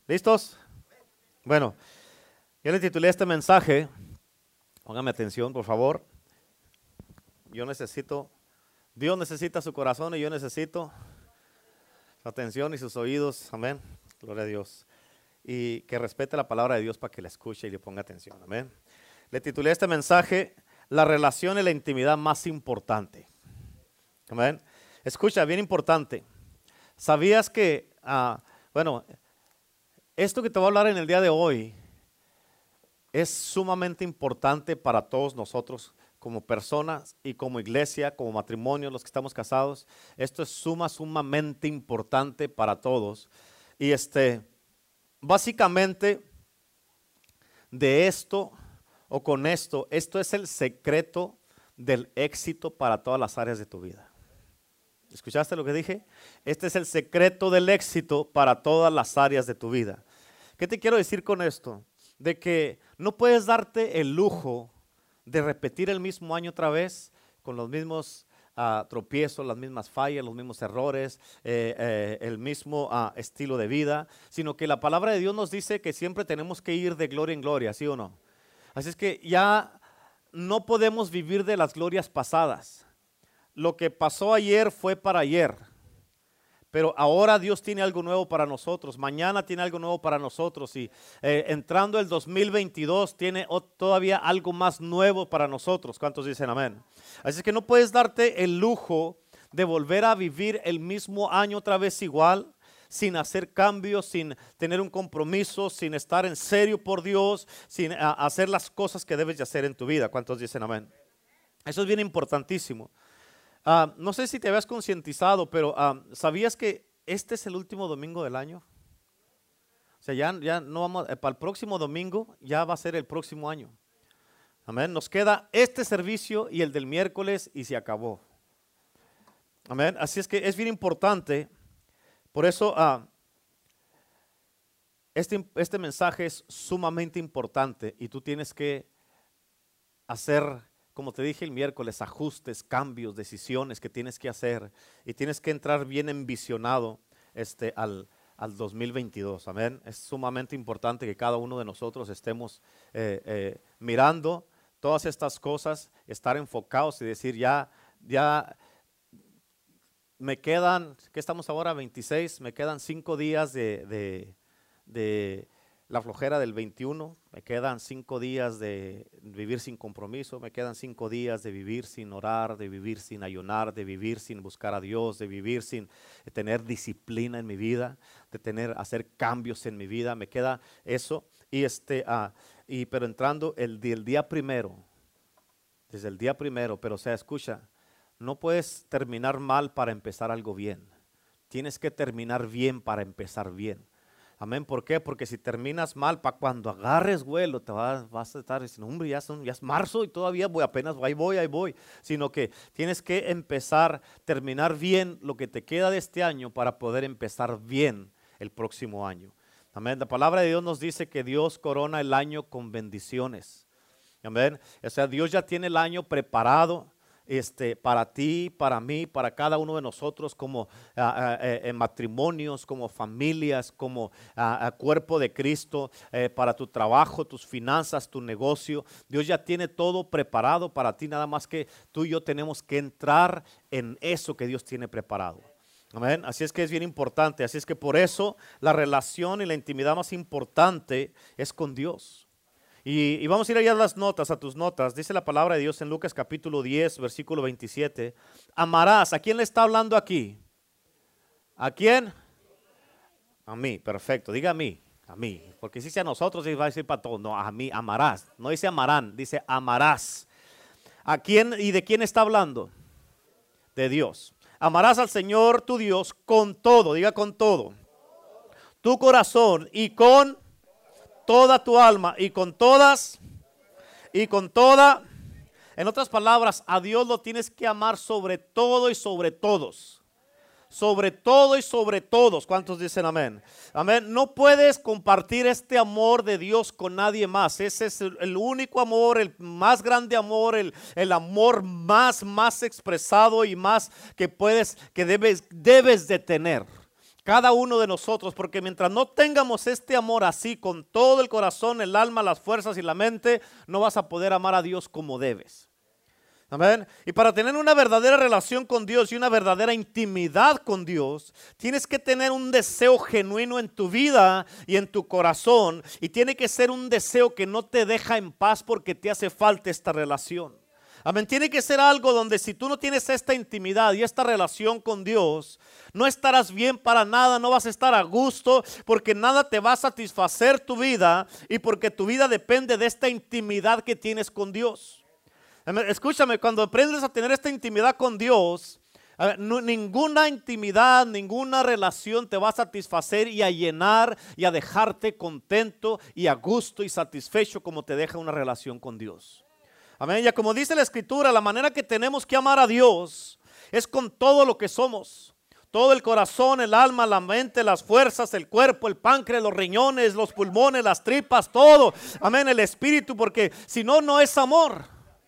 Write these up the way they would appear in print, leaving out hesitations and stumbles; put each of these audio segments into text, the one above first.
¿Listos? Bueno, yo le titulé este mensaje, póngame atención por favor. Dios necesita su corazón y yo necesito su atención y sus oídos, amén, gloria a Dios. Y que respete la palabra de Dios para que la escuche y le ponga atención, amén. Le titulé este mensaje, la relación y la intimidad más importante, amén. Escucha, bien importante. ¿Sabías que, esto que te voy a hablar en el día de hoy es sumamente importante para todos nosotros como personas y como iglesia, como matrimonio, los que estamos casados? Esto es sumamente importante para todos. Y básicamente de esto o con esto es el secreto del éxito para todas las áreas de tu vida. ¿Escuchaste lo que dije? Este es el secreto del éxito para todas las áreas de tu vida. ¿Qué te quiero decir con esto? De que no puedes darte el lujo de repetir el mismo año otra vez con los mismos tropiezos, las mismas fallas, los mismos errores, el mismo estilo de vida, sino que la palabra de Dios nos dice que siempre tenemos que ir de gloria en gloria, ¿sí o no? Así es que ya no podemos vivir de las glorias pasadas. Lo que pasó ayer fue para ayer, pero ahora Dios tiene algo nuevo para nosotros, mañana tiene algo nuevo para nosotros y entrando el 2022 tiene todavía algo más nuevo para nosotros. ¿Cuántos dicen amén? Así es que no puedes darte el lujo de volver a vivir el mismo año otra vez igual, sin hacer cambios, sin tener un compromiso, sin estar en serio por Dios, sin hacer las cosas que debes de hacer en tu vida. ¿Cuántos dicen amén? Eso es bien importantísimo. No sé si te habías concientizado, pero ¿sabías que este es el último domingo del año? O sea, ya no vamos, para el próximo domingo ya va a ser el próximo año. Amén. Nos queda este servicio y el del miércoles y se acabó. Amén. Así es que es bien importante. Por eso este mensaje es sumamente importante y tú tienes que hacer, como te dije el miércoles, ajustes, cambios, decisiones que tienes que hacer y tienes que entrar bien envisionado al 2022, amén. Es sumamente importante que cada uno de nosotros estemos mirando todas estas cosas, estar enfocados y decir ya me quedan, ¿qué estamos ahora? 26, me quedan 5 días de la flojera del 21, me quedan 5 días de vivir sin compromiso, me quedan 5 días de vivir sin orar, de vivir sin ayunar, de vivir sin buscar a Dios, de vivir sin tener disciplina en mi vida, de hacer cambios en mi vida, me queda eso. Pero entrando el día primero, desde el día primero, pero o sea, escucha, no puedes terminar mal para empezar algo bien, tienes que terminar bien para empezar bien. Amén. ¿Por qué? Porque si terminas mal, para cuando agarres vuelo, te vas a estar diciendo, hombre, ya es marzo y todavía ahí voy. Sino que tienes que terminar bien lo que te queda de este año para poder empezar bien el próximo año. Amén. La palabra de Dios nos dice que Dios corona el año con bendiciones. Amén. O sea, Dios ya tiene el año preparado. Para ti, para mí, para cada uno de nosotros como matrimonios, como familias, como cuerpo de Cristo, para tu trabajo, tus finanzas, tu negocio. Dios ya tiene todo preparado para ti, nada más que tú y yo tenemos que entrar en eso que Dios tiene preparado. Amén. Así es que es bien importante, así es que por eso la relación y la intimidad más importante es con Dios. Y vamos a ir allá a tus notas. Dice la palabra de Dios en Lucas capítulo 10, versículo 27. Amarás. ¿A quién le está hablando aquí? ¿A quién? A mí, perfecto. Diga a mí. Porque si dice a nosotros, va a decir para todos. No, a mí, amarás. No dice amarán, dice amarás. ¿A quién y de quién está hablando? De Dios. Amarás al Señor tu Dios con todo. Diga con todo. Tu corazón y con toda tu alma y con toda, en otras palabras, a Dios lo tienes que amar sobre todo y sobre todos. Sobre todo y sobre todos. ¿Cuántos dicen amén? Amén. No puedes compartir este amor de Dios con nadie más. Ese es el único amor, el más grande amor, el amor más expresado y más que debes de tener. Cada uno de nosotros, porque mientras no tengamos este amor así, con todo el corazón, el alma, las fuerzas y la mente, no vas a poder amar a Dios como debes. Amén. Y para tener una verdadera relación con Dios y una verdadera intimidad con Dios, tienes que tener un deseo genuino en tu vida y en tu corazón. Y tiene que ser un deseo que no te deja en paz porque te hace falta esta relación. Amén. Tiene que ser algo donde si tú no tienes esta intimidad y esta relación con Dios, no estarás bien para nada, no vas a estar a gusto, porque nada te va a satisfacer tu vida y porque tu vida depende de esta intimidad que tienes con Dios. Amén. Escúchame, cuando aprendes a tener esta intimidad con Dios, ninguna intimidad, ninguna relación te va a satisfacer y a llenar y a dejarte contento y a gusto y satisfecho como te deja una relación con Dios. Amén. Ya como dice la Escritura, la manera que tenemos que amar a Dios es con todo lo que somos. Todo el corazón, el alma, la mente, las fuerzas, el cuerpo, el páncreas, los riñones, los pulmones, las tripas, todo. Amén, el espíritu, porque si no, no es amor.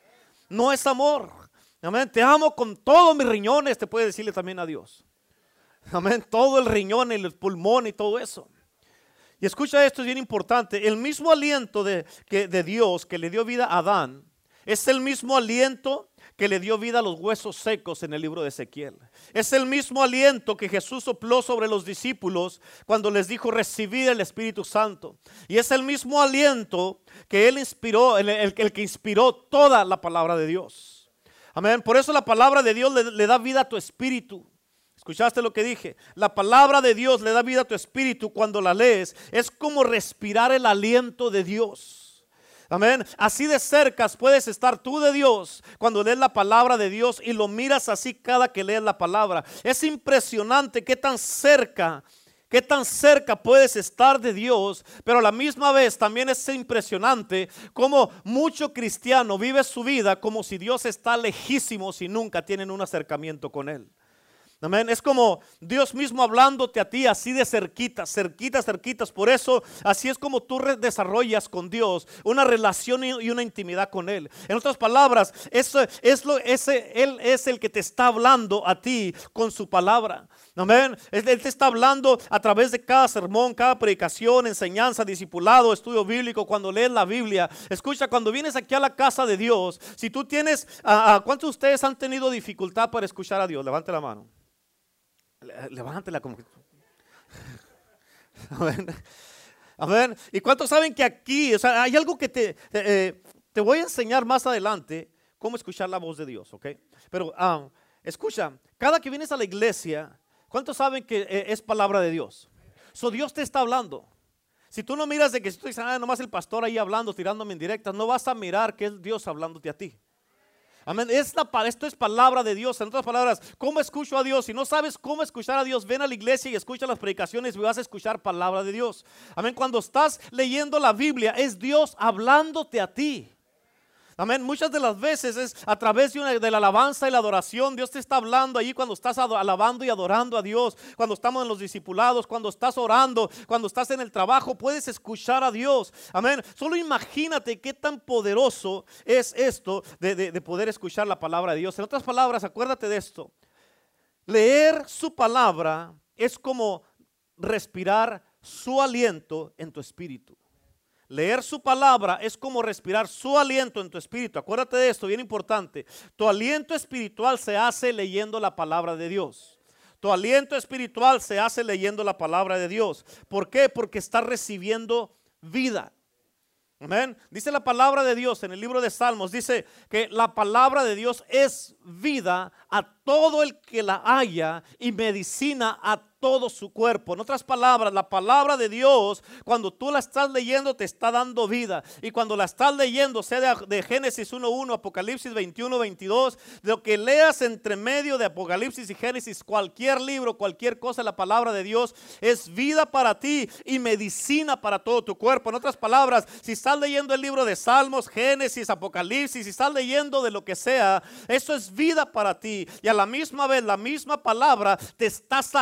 No es amor. Amén, te amo con todos mis riñones, te puede decirle también a Dios. Amén, todo el riñón, el pulmón y todo eso. Y escucha esto, es bien importante. El mismo aliento de Dios que le dio vida a Adán es el mismo aliento que le dio vida a los huesos secos en el libro de Ezequiel. Es el mismo aliento que Jesús sopló sobre los discípulos cuando les dijo recibid el Espíritu Santo. Y es el mismo aliento que Él inspiró, el que inspiró toda la palabra de Dios. Amén. Por eso la palabra de Dios le da vida a tu espíritu. ¿Escuchaste lo que dije? La palabra de Dios le da vida a tu espíritu cuando la lees. Es como respirar el aliento de Dios. Amén. Así de cerca puedes estar tú de Dios cuando lees la palabra de Dios y lo miras así cada que lees la palabra. Es impresionante qué tan cerca puedes estar de Dios, pero a la misma vez también es impresionante cómo mucho cristiano vive su vida como si Dios está lejísimo y nunca tienen un acercamiento con Él. Amén. Es como Dios mismo hablándote a ti así de cerquitas, cerquitas, cerquitas. Por eso así es como tú desarrollas con Dios una relación y una intimidad con Él. En otras palabras, Él es el que te está hablando a ti con su palabra. Amén. Él te está hablando a través de cada sermón, cada predicación, enseñanza, discipulado, estudio bíblico. Cuando lees la Biblia, escucha, cuando vienes aquí a la casa de Dios, si tú tienes, ¿cuántos de ustedes han tenido dificultad para escuchar a Dios? Levante la mano. Levántela como que... Amén. ¿Y cuántos saben que aquí, o sea, hay algo que te voy a enseñar más adelante cómo escuchar la voz de Dios, ¿ok? Pero escucha, cada que vienes a la iglesia, ¿cuántos saben que es palabra de Dios? Dios te está hablando. Si tú no miras de que si tú dices, nomás el pastor ahí hablando, tirándome en directas, no vas a mirar que es Dios hablándote a ti. Amén. Esto es palabra de Dios. En otras palabras, ¿cómo escucho a Dios? Si no sabes cómo escuchar a Dios, ven a la iglesia y escucha las predicaciones y vas a escuchar palabra de Dios. Amén. Cuando estás leyendo la Biblia, es Dios hablándote a ti. Amén. Muchas de las veces es a través de la alabanza y la adoración. Dios te está hablando ahí cuando estás alabando y adorando a Dios. Cuando estamos en los discipulados, cuando estás orando, cuando estás en el trabajo, puedes escuchar a Dios. Amén. Solo imagínate qué tan poderoso es esto de poder escuchar la palabra de Dios. En otras palabras, acuérdate de esto. Leer su palabra es como respirar su aliento en tu espíritu. Leer su palabra es como respirar su aliento en tu espíritu. Acuérdate de esto, bien importante. Tu aliento espiritual se hace leyendo la palabra de Dios. Tu aliento espiritual se hace leyendo la palabra de Dios. ¿Por qué? Porque estás recibiendo vida. Amén. Dice la palabra de Dios en el libro de Salmos, dice que la palabra de Dios es vida a todo el que la haya y medicina a todo su cuerpo. En otras palabras, la palabra de Dios, cuando tú la estás leyendo, te está dando vida. Y cuando la estás leyendo, sea de Génesis 1:1, Apocalipsis 21:22, de lo que leas entre medio de Apocalipsis y Génesis, cualquier libro, cualquier cosa, la palabra de Dios es vida para ti y medicina para todo tu cuerpo. En otras palabras, si estás leyendo el libro de Salmos, Génesis, Apocalipsis, si estás leyendo de lo que sea, eso es vida para ti. Y a la misma vez, la misma palabra te está sanando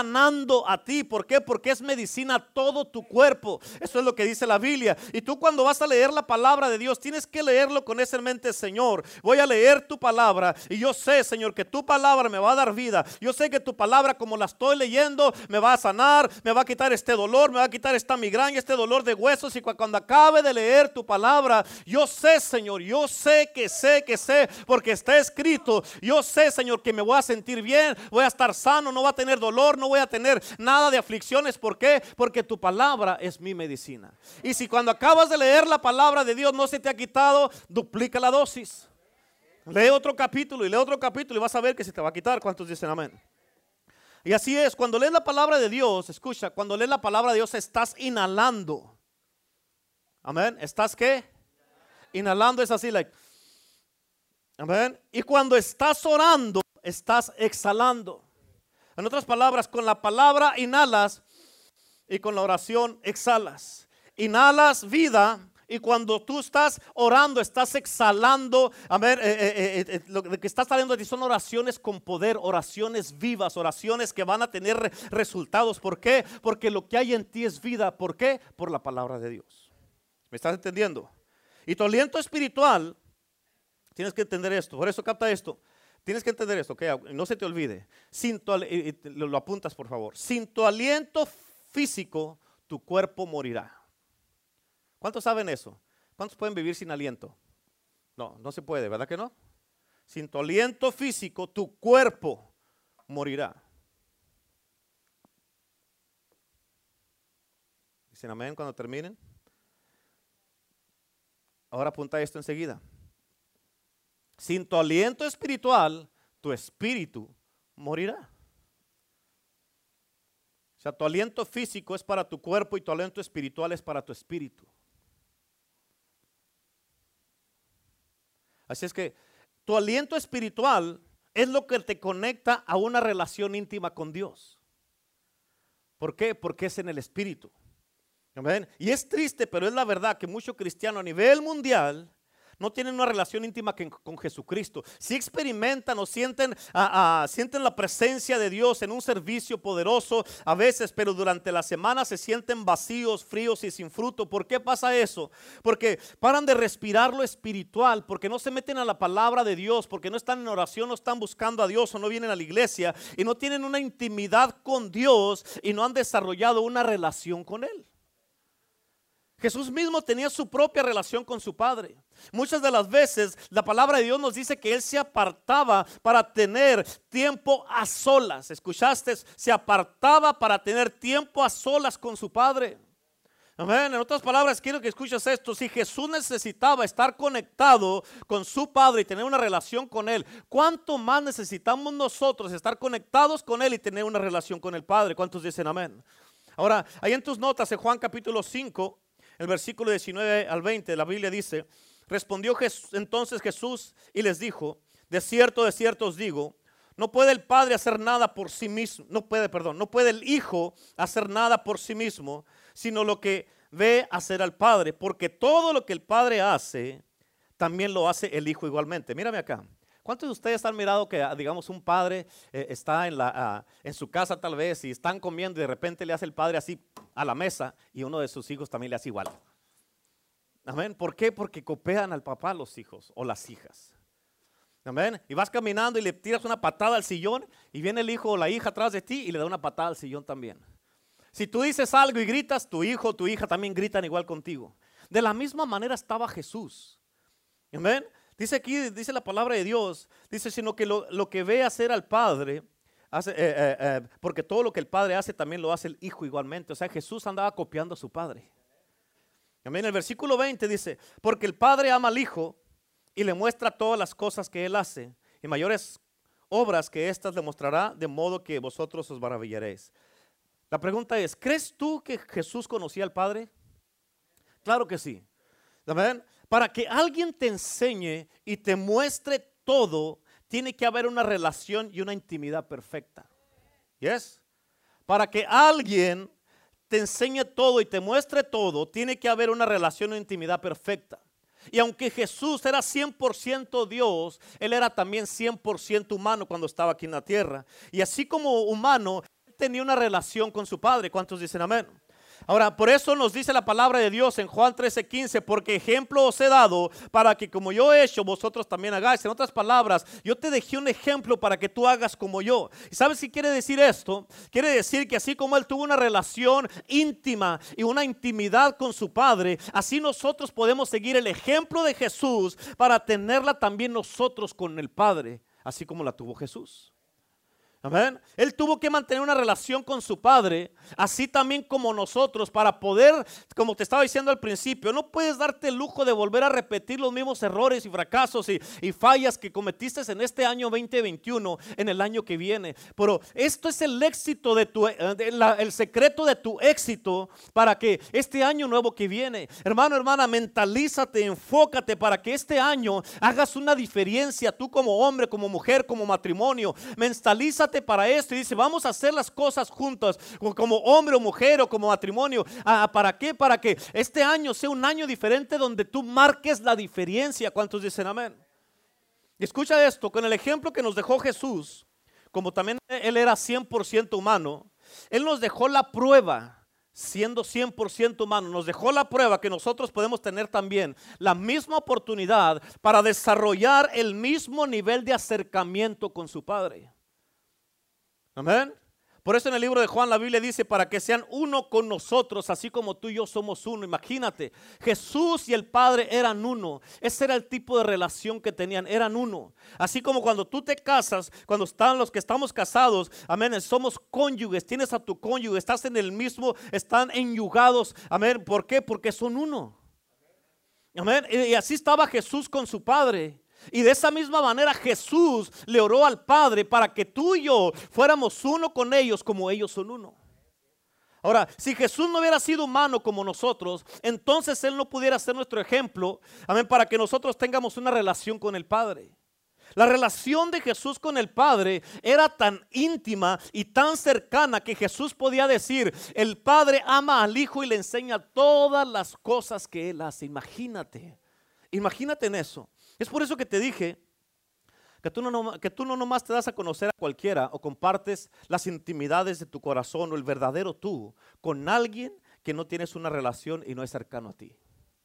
hablando a ti. ¿Por qué? Porque es medicina a todo tu cuerpo. Eso es lo que dice la Biblia. Y tú cuando vas a leer la palabra de Dios, tienes que leerlo con esa mente. Señor, voy a leer tu palabra y yo sé, Señor, que tu palabra me va a dar vida. Yo sé que tu palabra, como la estoy leyendo, me va a sanar, me va a quitar este dolor, me va a quitar esta migraña, este dolor de huesos. Y cuando acabe de leer tu palabra, yo sé, Señor, yo sé, porque está escrito. Yo sé, Señor, que me voy a sentir bien, voy a estar sano, no voy a tener dolor, no voy a tener nada de aflicciones. ¿Por qué? Porque tu palabra es mi medicina. Y si cuando acabas de leer la palabra de Dios no se te ha quitado, duplica la dosis. Lee otro capítulo y lee otro capítulo y vas a ver que se te va a quitar. ¿Cuántos dicen amén? Y así es, cuando lees la palabra de Dios, escucha, cuando lees la palabra de Dios estás inhalando. Amén. ¿Estás qué? Inhalando es así, like. Amén. Y cuando estás orando, estás exhalando. En otras palabras, con la palabra inhalas y con la oración exhalas. Inhalas vida. Y cuando tú estás orando, estás exhalando. Amén. Lo que está saliendo de ti son oraciones con poder, oraciones vivas, oraciones que van a tener resultados. ¿Por qué? Porque lo que hay en ti es vida. ¿Por qué? Por la palabra de Dios. ¿Me estás entendiendo? Y tu aliento espiritual, tienes que entender esto. Por eso capta esto. Tienes que entender esto, ¿ok? No se te olvide. Lo apuntas, por favor. Sin tu aliento físico, tu cuerpo morirá. ¿Cuántos saben eso? ¿Cuántos pueden vivir sin aliento? No, no se puede, ¿verdad que no? Sin tu aliento físico, tu cuerpo morirá. ¿Dicen amén cuando terminen? Ahora apunta esto enseguida. Sin tu aliento espiritual, tu espíritu morirá. O sea, tu aliento físico es para tu cuerpo y tu aliento espiritual es para tu espíritu. Así es que tu aliento espiritual es lo que te conecta a una relación íntima con Dios. ¿Por qué? Porque es en el espíritu. ¿Amén? Y es triste, pero es la verdad que muchos cristianos a nivel mundial no tienen una relación íntima con Jesucristo. Si experimentan o sienten la presencia de Dios en un servicio poderoso a veces, pero durante la semana se sienten vacíos, fríos y sin fruto. ¿Por qué pasa eso? Porque paran de respirar lo espiritual, porque no se meten a la palabra de Dios, porque no están en oración, no están buscando a Dios o no vienen a la iglesia y no tienen una intimidad con Dios y no han desarrollado una relación con Él. Jesús mismo tenía su propia relación con su Padre. Muchas de las veces la palabra de Dios nos dice que Él se apartaba para tener tiempo a solas. ¿Escuchaste? Se apartaba para tener tiempo a solas con su Padre. Amén. En otras palabras, quiero que escuches esto. Si Jesús necesitaba estar conectado con su Padre y tener una relación con Él, ¿cuánto más necesitamos nosotros estar conectados con Él y tener una relación con el Padre? ¿Cuántos dicen amén? Ahora, ahí en tus notas, en Juan capítulo 5, el versículo 19 al 20, la Biblia dice: respondió entonces Jesús y les dijo: de cierto os digo, no puede el Padre hacer nada por sí mismo, no puede el Hijo hacer nada por sí mismo, sino lo que ve hacer al Padre, porque todo lo que el Padre hace, también lo hace el Hijo igualmente. Mírame acá. ¿Cuántos de ustedes han mirado que, digamos, un padre está en su casa tal vez y están comiendo y de repente le hace el padre así a la mesa y uno de sus hijos también le hace igual? Amén. ¿Por qué? Porque copian al papá los hijos o las hijas. Amén. Y vas caminando y le tiras una patada al sillón y viene el hijo o la hija atrás de ti y le da una patada al sillón también. Si tú dices algo y gritas, tu hijo o tu hija también gritan igual contigo. De la misma manera estaba Jesús. Amén. Dice aquí, dice la palabra de Dios, dice, sino que lo que ve hacer al Padre, porque todo lo que el Padre hace también lo hace el Hijo igualmente. O sea, Jesús andaba copiando a su Padre. Amén. El versículo 20 dice: porque el Padre ama al Hijo y le muestra todas las cosas que Él hace, y mayores obras que éstas le mostrará, de modo que vosotros os maravillaréis. La pregunta es: ¿crees tú que Jesús conocía al Padre? Claro que sí. Amén. Para que alguien te enseñe y te muestre todo, tiene que haber una relación y una intimidad perfecta. ¿Yes? Para que alguien te enseñe todo y te muestre todo, tiene que haber una relación e intimidad perfecta. Y aunque Jesús era 100% Dios, Él era también 100% humano cuando estaba aquí en la tierra. Y así como humano, tenía una relación con su padre. ¿Cuántos dicen amén? Ahora, por eso nos dice la palabra de Dios en Juan 13:15, porque ejemplo os he dado para que como yo he hecho, vosotros también hagáis. En otras palabras, yo te dejé un ejemplo para que tú hagas como yo. ¿Y sabes qué quiere decir esto? Quiere decir que así como él tuvo una relación íntima y una intimidad con su padre, así nosotros podemos seguir el ejemplo de Jesús para tenerla también nosotros con el Padre, así como la tuvo Jesús. Amén. Él tuvo que mantener una relación con su padre, así también como nosotros, para poder, como te estaba diciendo al principio, no puedes darte el lujo de volver a repetir los mismos errores y fracasos y fallas que cometiste en este año 2021, en el año que viene. Pero esto es el éxito de el secreto de tu éxito para que este año nuevo que viene, hermano, hermana, mentalízate, enfócate para que este año hagas una diferencia, tú como hombre, como mujer, como matrimonio. Mentalízate para esto y dice, vamos a hacer las cosas juntas, como hombre o mujer o como matrimonio. ¿Para qué? Para que este año sea un año diferente donde tú marques la diferencia. ¿Cuántos dicen amén? Escucha esto, con el ejemplo que nos dejó Jesús, como también él era 100% humano, él nos dejó la prueba. Siendo 100% humano, nos dejó la prueba que nosotros podemos tener también la misma oportunidad para desarrollar el mismo nivel de acercamiento con su Padre. Amén. Por eso en el libro de Juan la Biblia dice, para que sean uno con nosotros, así como tú y yo somos uno. Imagínate, Jesús y el Padre eran uno. Ese era el tipo de relación que tenían, eran uno. Así como cuando tú te casas, cuando están los que estamos casados, amén, somos cónyuges, tienes a tu cónyuge, estás en el mismo, están enyugados, amén. ¿Por qué? Porque son uno. Amén. Y así estaba Jesús con su Padre. Y de esa misma manera Jesús le oró al Padre para que tú y yo fuéramos uno con ellos como ellos son uno. Ahora, si Jesús no hubiera sido humano como nosotros, entonces Él no pudiera ser nuestro ejemplo, amén, para que nosotros tengamos una relación con el Padre. La relación de Jesús con el Padre era tan íntima y tan cercana que Jesús podía decir, el Padre ama al Hijo y le enseña todas las cosas que Él hace. Imagínate en eso. Es por eso que te dije que tú no nomás te das a conocer a cualquiera o compartes las intimidades de tu corazón o el verdadero tú con alguien que no tienes una relación y no es cercano a ti.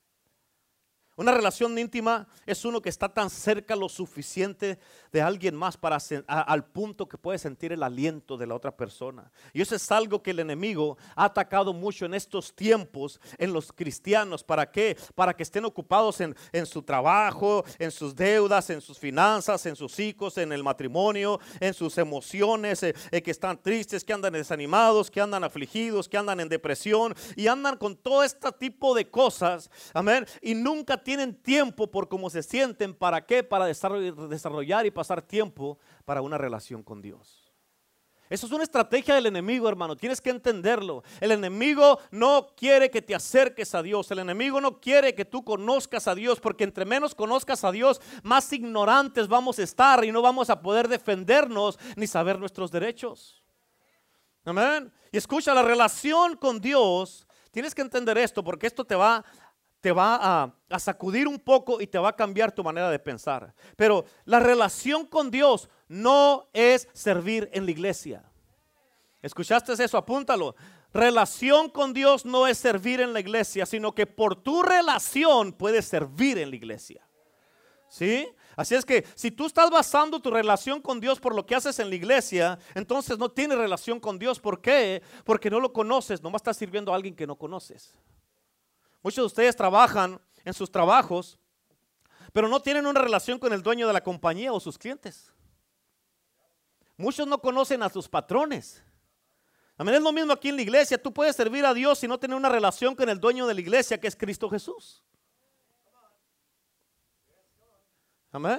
Una relación íntima es uno que está tan cerca lo suficiente de alguien más para al punto que puede sentir el aliento de la otra persona. Y eso es algo que el enemigo ha atacado mucho en estos tiempos en los cristianos. ¿Para qué? Para que estén ocupados en su trabajo, en sus deudas, en sus finanzas, en sus hijos, en el matrimonio, en sus emociones, que están tristes, que andan desanimados, que andan afligidos, que andan en depresión y andan con todo este tipo de cosas. Amén. Y nunca tienen tiempo por cómo se sienten. ¿Para qué? Para desarrollar y pasar tiempo para una relación con Dios. Eso es una estrategia del enemigo, hermano. Tienes que entenderlo. El enemigo no quiere que te acerques a Dios. El enemigo no quiere que tú conozcas a Dios, porque entre menos conozcas a Dios, más ignorantes vamos a estar y no vamos a poder defendernos ni saber nuestros derechos. Amén. Y escucha, la relación con Dios, tienes que entender esto, porque esto te va a sacudir un poco y te va a cambiar tu manera de pensar. Pero la relación con Dios no es servir en la iglesia. ¿Escuchaste eso? Apúntalo. Relación con Dios no es servir en la iglesia, sino que por tu relación puedes servir en la iglesia. ¿Sí? Así es que si tú estás basando tu relación con Dios por lo que haces en la iglesia, entonces no tienes relación con Dios. ¿Por qué? Porque no lo conoces, nomás estás sirviendo a alguien que no conoces. Muchos de ustedes trabajan en sus trabajos, pero no tienen una relación con el dueño de la compañía o sus clientes. Muchos no conocen a sus patrones. Amén, es lo mismo aquí en la iglesia. Tú puedes servir a Dios y no tener una relación con el dueño de la iglesia, que es Cristo Jesús. Amén.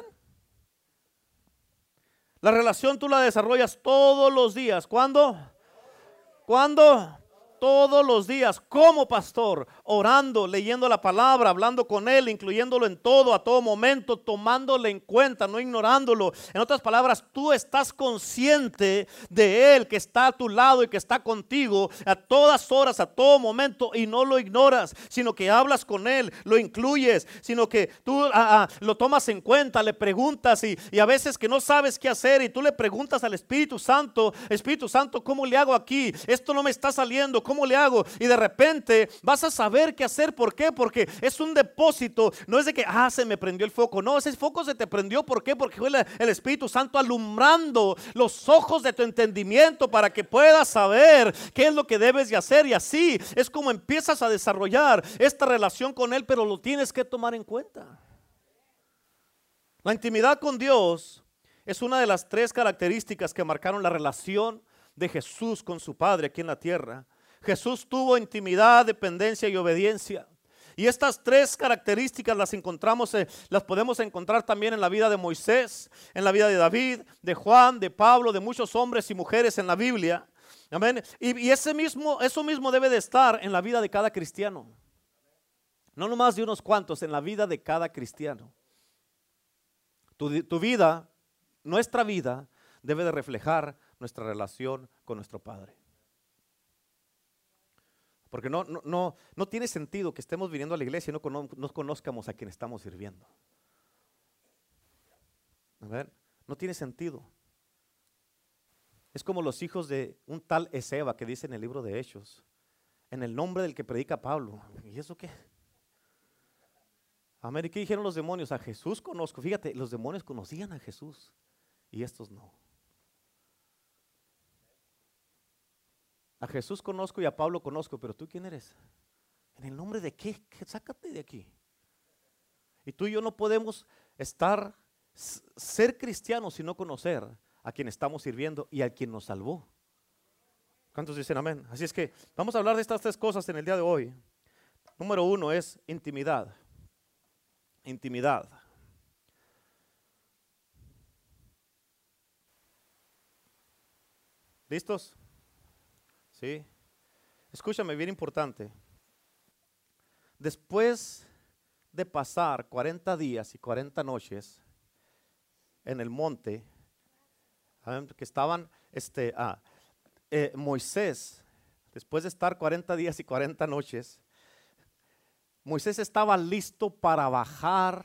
La relación tú la desarrollas todos los días. ¿Cuándo? todos los días, como pastor, orando, leyendo la palabra, hablando con Él, incluyéndolo en todo, a todo momento, tomándole en cuenta, no ignorándolo. En otras palabras, tú estás consciente de Él, que está a tu lado y que está contigo a todas horas, a todo momento, y no lo ignoras, sino que hablas con Él, lo incluyes, sino que tú lo tomas en cuenta, le preguntas y a veces que no sabes qué hacer y tú le preguntas al Espíritu Santo, Espíritu Santo, ¿cómo le hago aquí? Esto no me está saliendo, ¿cómo le hago? Y de repente vas a saber qué hacer. ¿Por qué? Porque es un depósito. No es de que, se me prendió el foco. No, ese foco se te prendió. ¿Por qué? Porque fue el Espíritu Santo alumbrando los ojos de tu entendimiento para que puedas saber qué es lo que debes de hacer. Y así es como empiezas a desarrollar esta relación con Él, pero lo tienes que tomar en cuenta. La intimidad con Dios es una de las 3 características que marcaron la relación de Jesús con su Padre aquí en la tierra. Jesús tuvo intimidad, dependencia y obediencia. Y estas 3 características las podemos encontrar también en la vida de Moisés, en la vida de David, de Juan, de Pablo, de muchos hombres y mujeres en la Biblia. Amén. Y eso mismo debe de estar en la vida de cada cristiano. No nomás de unos cuantos, en la vida de cada cristiano. Tu vida, nuestra vida, debe de reflejar nuestra relación con nuestro Padre. Porque no tiene sentido que estemos viniendo a la iglesia y no conozcamos a quien estamos sirviendo. A ver, no tiene sentido. Es como los hijos de un tal Esceva que dice en el libro de Hechos, en el nombre del que predica Pablo. ¿Y eso qué? Amén. ¿Y qué dijeron los demonios? A Jesús conozco. Fíjate, los demonios conocían a Jesús y estos no. A Jesús conozco y a Pablo conozco, pero ¿tú quién eres? ¿En el nombre de qué? Sácate de aquí. Y tú y yo no podemos ser cristianos y no conocer a quien estamos sirviendo y a quien nos salvó. ¿Cuántos dicen amén? Así es que vamos a hablar de estas 3 cosas en el día de hoy. Número 1 es intimidad. Intimidad. ¿Listos? Sí. Escúchame, bien importante. Después de pasar 40 días y 40 noches en el monte, que estaban, Moisés, después de estar 40 días y 40 noches, Moisés estaba listo para bajar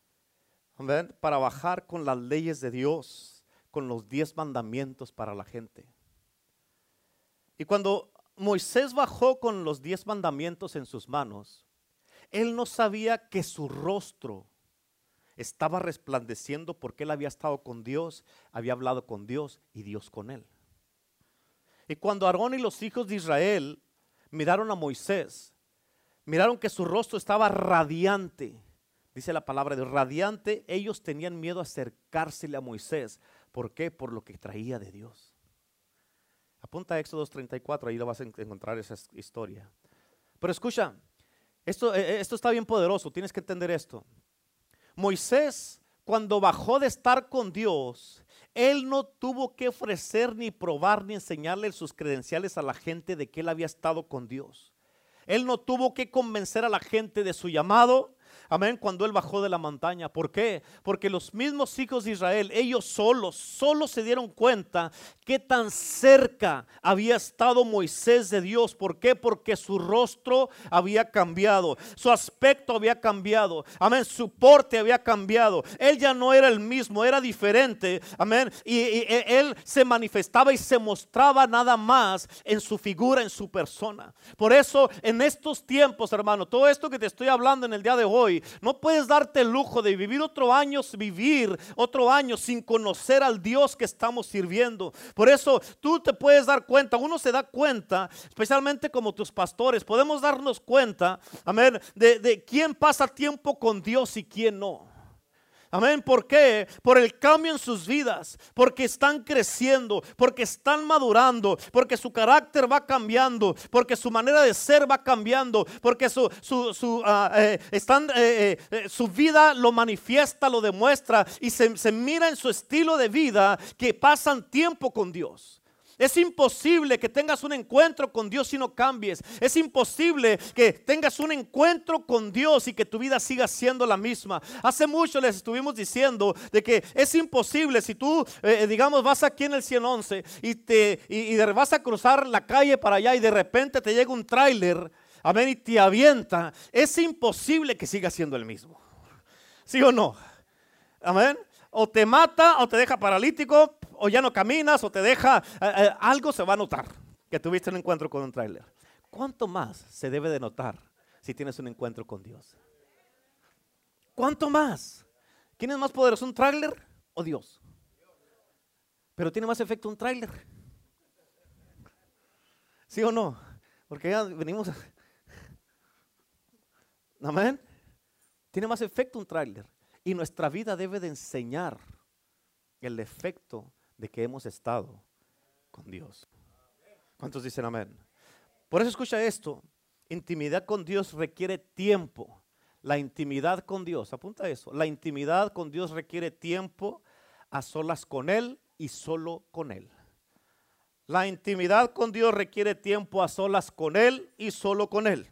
con las leyes de Dios, con los 10 mandamientos para la gente. Y cuando Moisés bajó con los 10 mandamientos en sus manos, él no sabía que su rostro estaba resplandeciendo porque él había estado con Dios, había hablado con Dios y Dios con él. Y cuando Aarón y los hijos de Israel miraron a Moisés, miraron que su rostro estaba radiante. Dice la palabra de radiante. Ellos tenían miedo a acercársele a Moisés. ¿Por qué? Por lo que traía de Dios. Apunta a Éxodo 34, ahí lo vas a encontrar esa historia. Pero escucha, esto está bien poderoso, tienes que entender esto. Moisés, cuando bajó de estar con Dios, él no tuvo que ofrecer ni probar ni enseñarle sus credenciales a la gente de que él había estado con Dios. Él no tuvo que convencer a la gente de su llamado. Amén, cuando él bajó de la montaña. ¿Por qué? Porque los mismos hijos de Israel, ellos solos se dieron cuenta qué tan cerca había estado Moisés de Dios. ¿Por qué? Porque su rostro había cambiado, su aspecto había cambiado, amén, su porte había cambiado. Él ya no era el mismo, era diferente, amén, y él se manifestaba y se mostraba nada más en su figura, en su persona. Por eso en estos tiempos, hermano, todo esto que te estoy hablando en el día de hoy, no puedes darte el lujo de vivir otro año sin conocer al Dios que estamos sirviendo. Por eso tú te puedes dar cuenta, uno se da cuenta, especialmente como tus pastores, podemos darnos cuenta, amén, de quién pasa tiempo con Dios y quién no. Amén, ¿por qué? Por el cambio en sus vidas, porque están creciendo, porque están madurando, porque su carácter va cambiando, porque su manera de ser va cambiando, porque su vida lo manifiesta, lo demuestra y se mira en su estilo de vida que pasan tiempo con Dios. Es imposible que tengas un encuentro con Dios y no cambies. Es imposible que tengas un encuentro con Dios y que tu vida siga siendo la misma. Hace mucho les estuvimos diciendo de que es imposible si tú, digamos, vas aquí en el 111 y vas a cruzar la calle para allá y de repente te llega un tráiler, amén, y te avienta. Es imposible que siga siendo el mismo. ¿Sí o no? Amén. O te mata, o te deja paralítico, o ya no caminas, o te deja, algo se va a notar que tuviste un encuentro con un tráiler. ¿Cuánto más se debe de notar si tienes un encuentro con Dios? ¿Cuánto más? ¿Quién es más poderoso, un tráiler o Dios? Pero tiene más efecto un tráiler. ¿Sí o no? Porque ya venimos. Amén. Tiene más efecto un tráiler. Y nuestra vida debe de enseñar el efecto de que hemos estado con Dios. ¿Cuántos dicen amén? Por eso escucha esto. Intimidad con Dios requiere tiempo. La intimidad con Dios, apunta eso. La intimidad con Dios requiere tiempo a solas con Él y solo con Él. La intimidad con Dios requiere tiempo a solas con Él y solo con Él.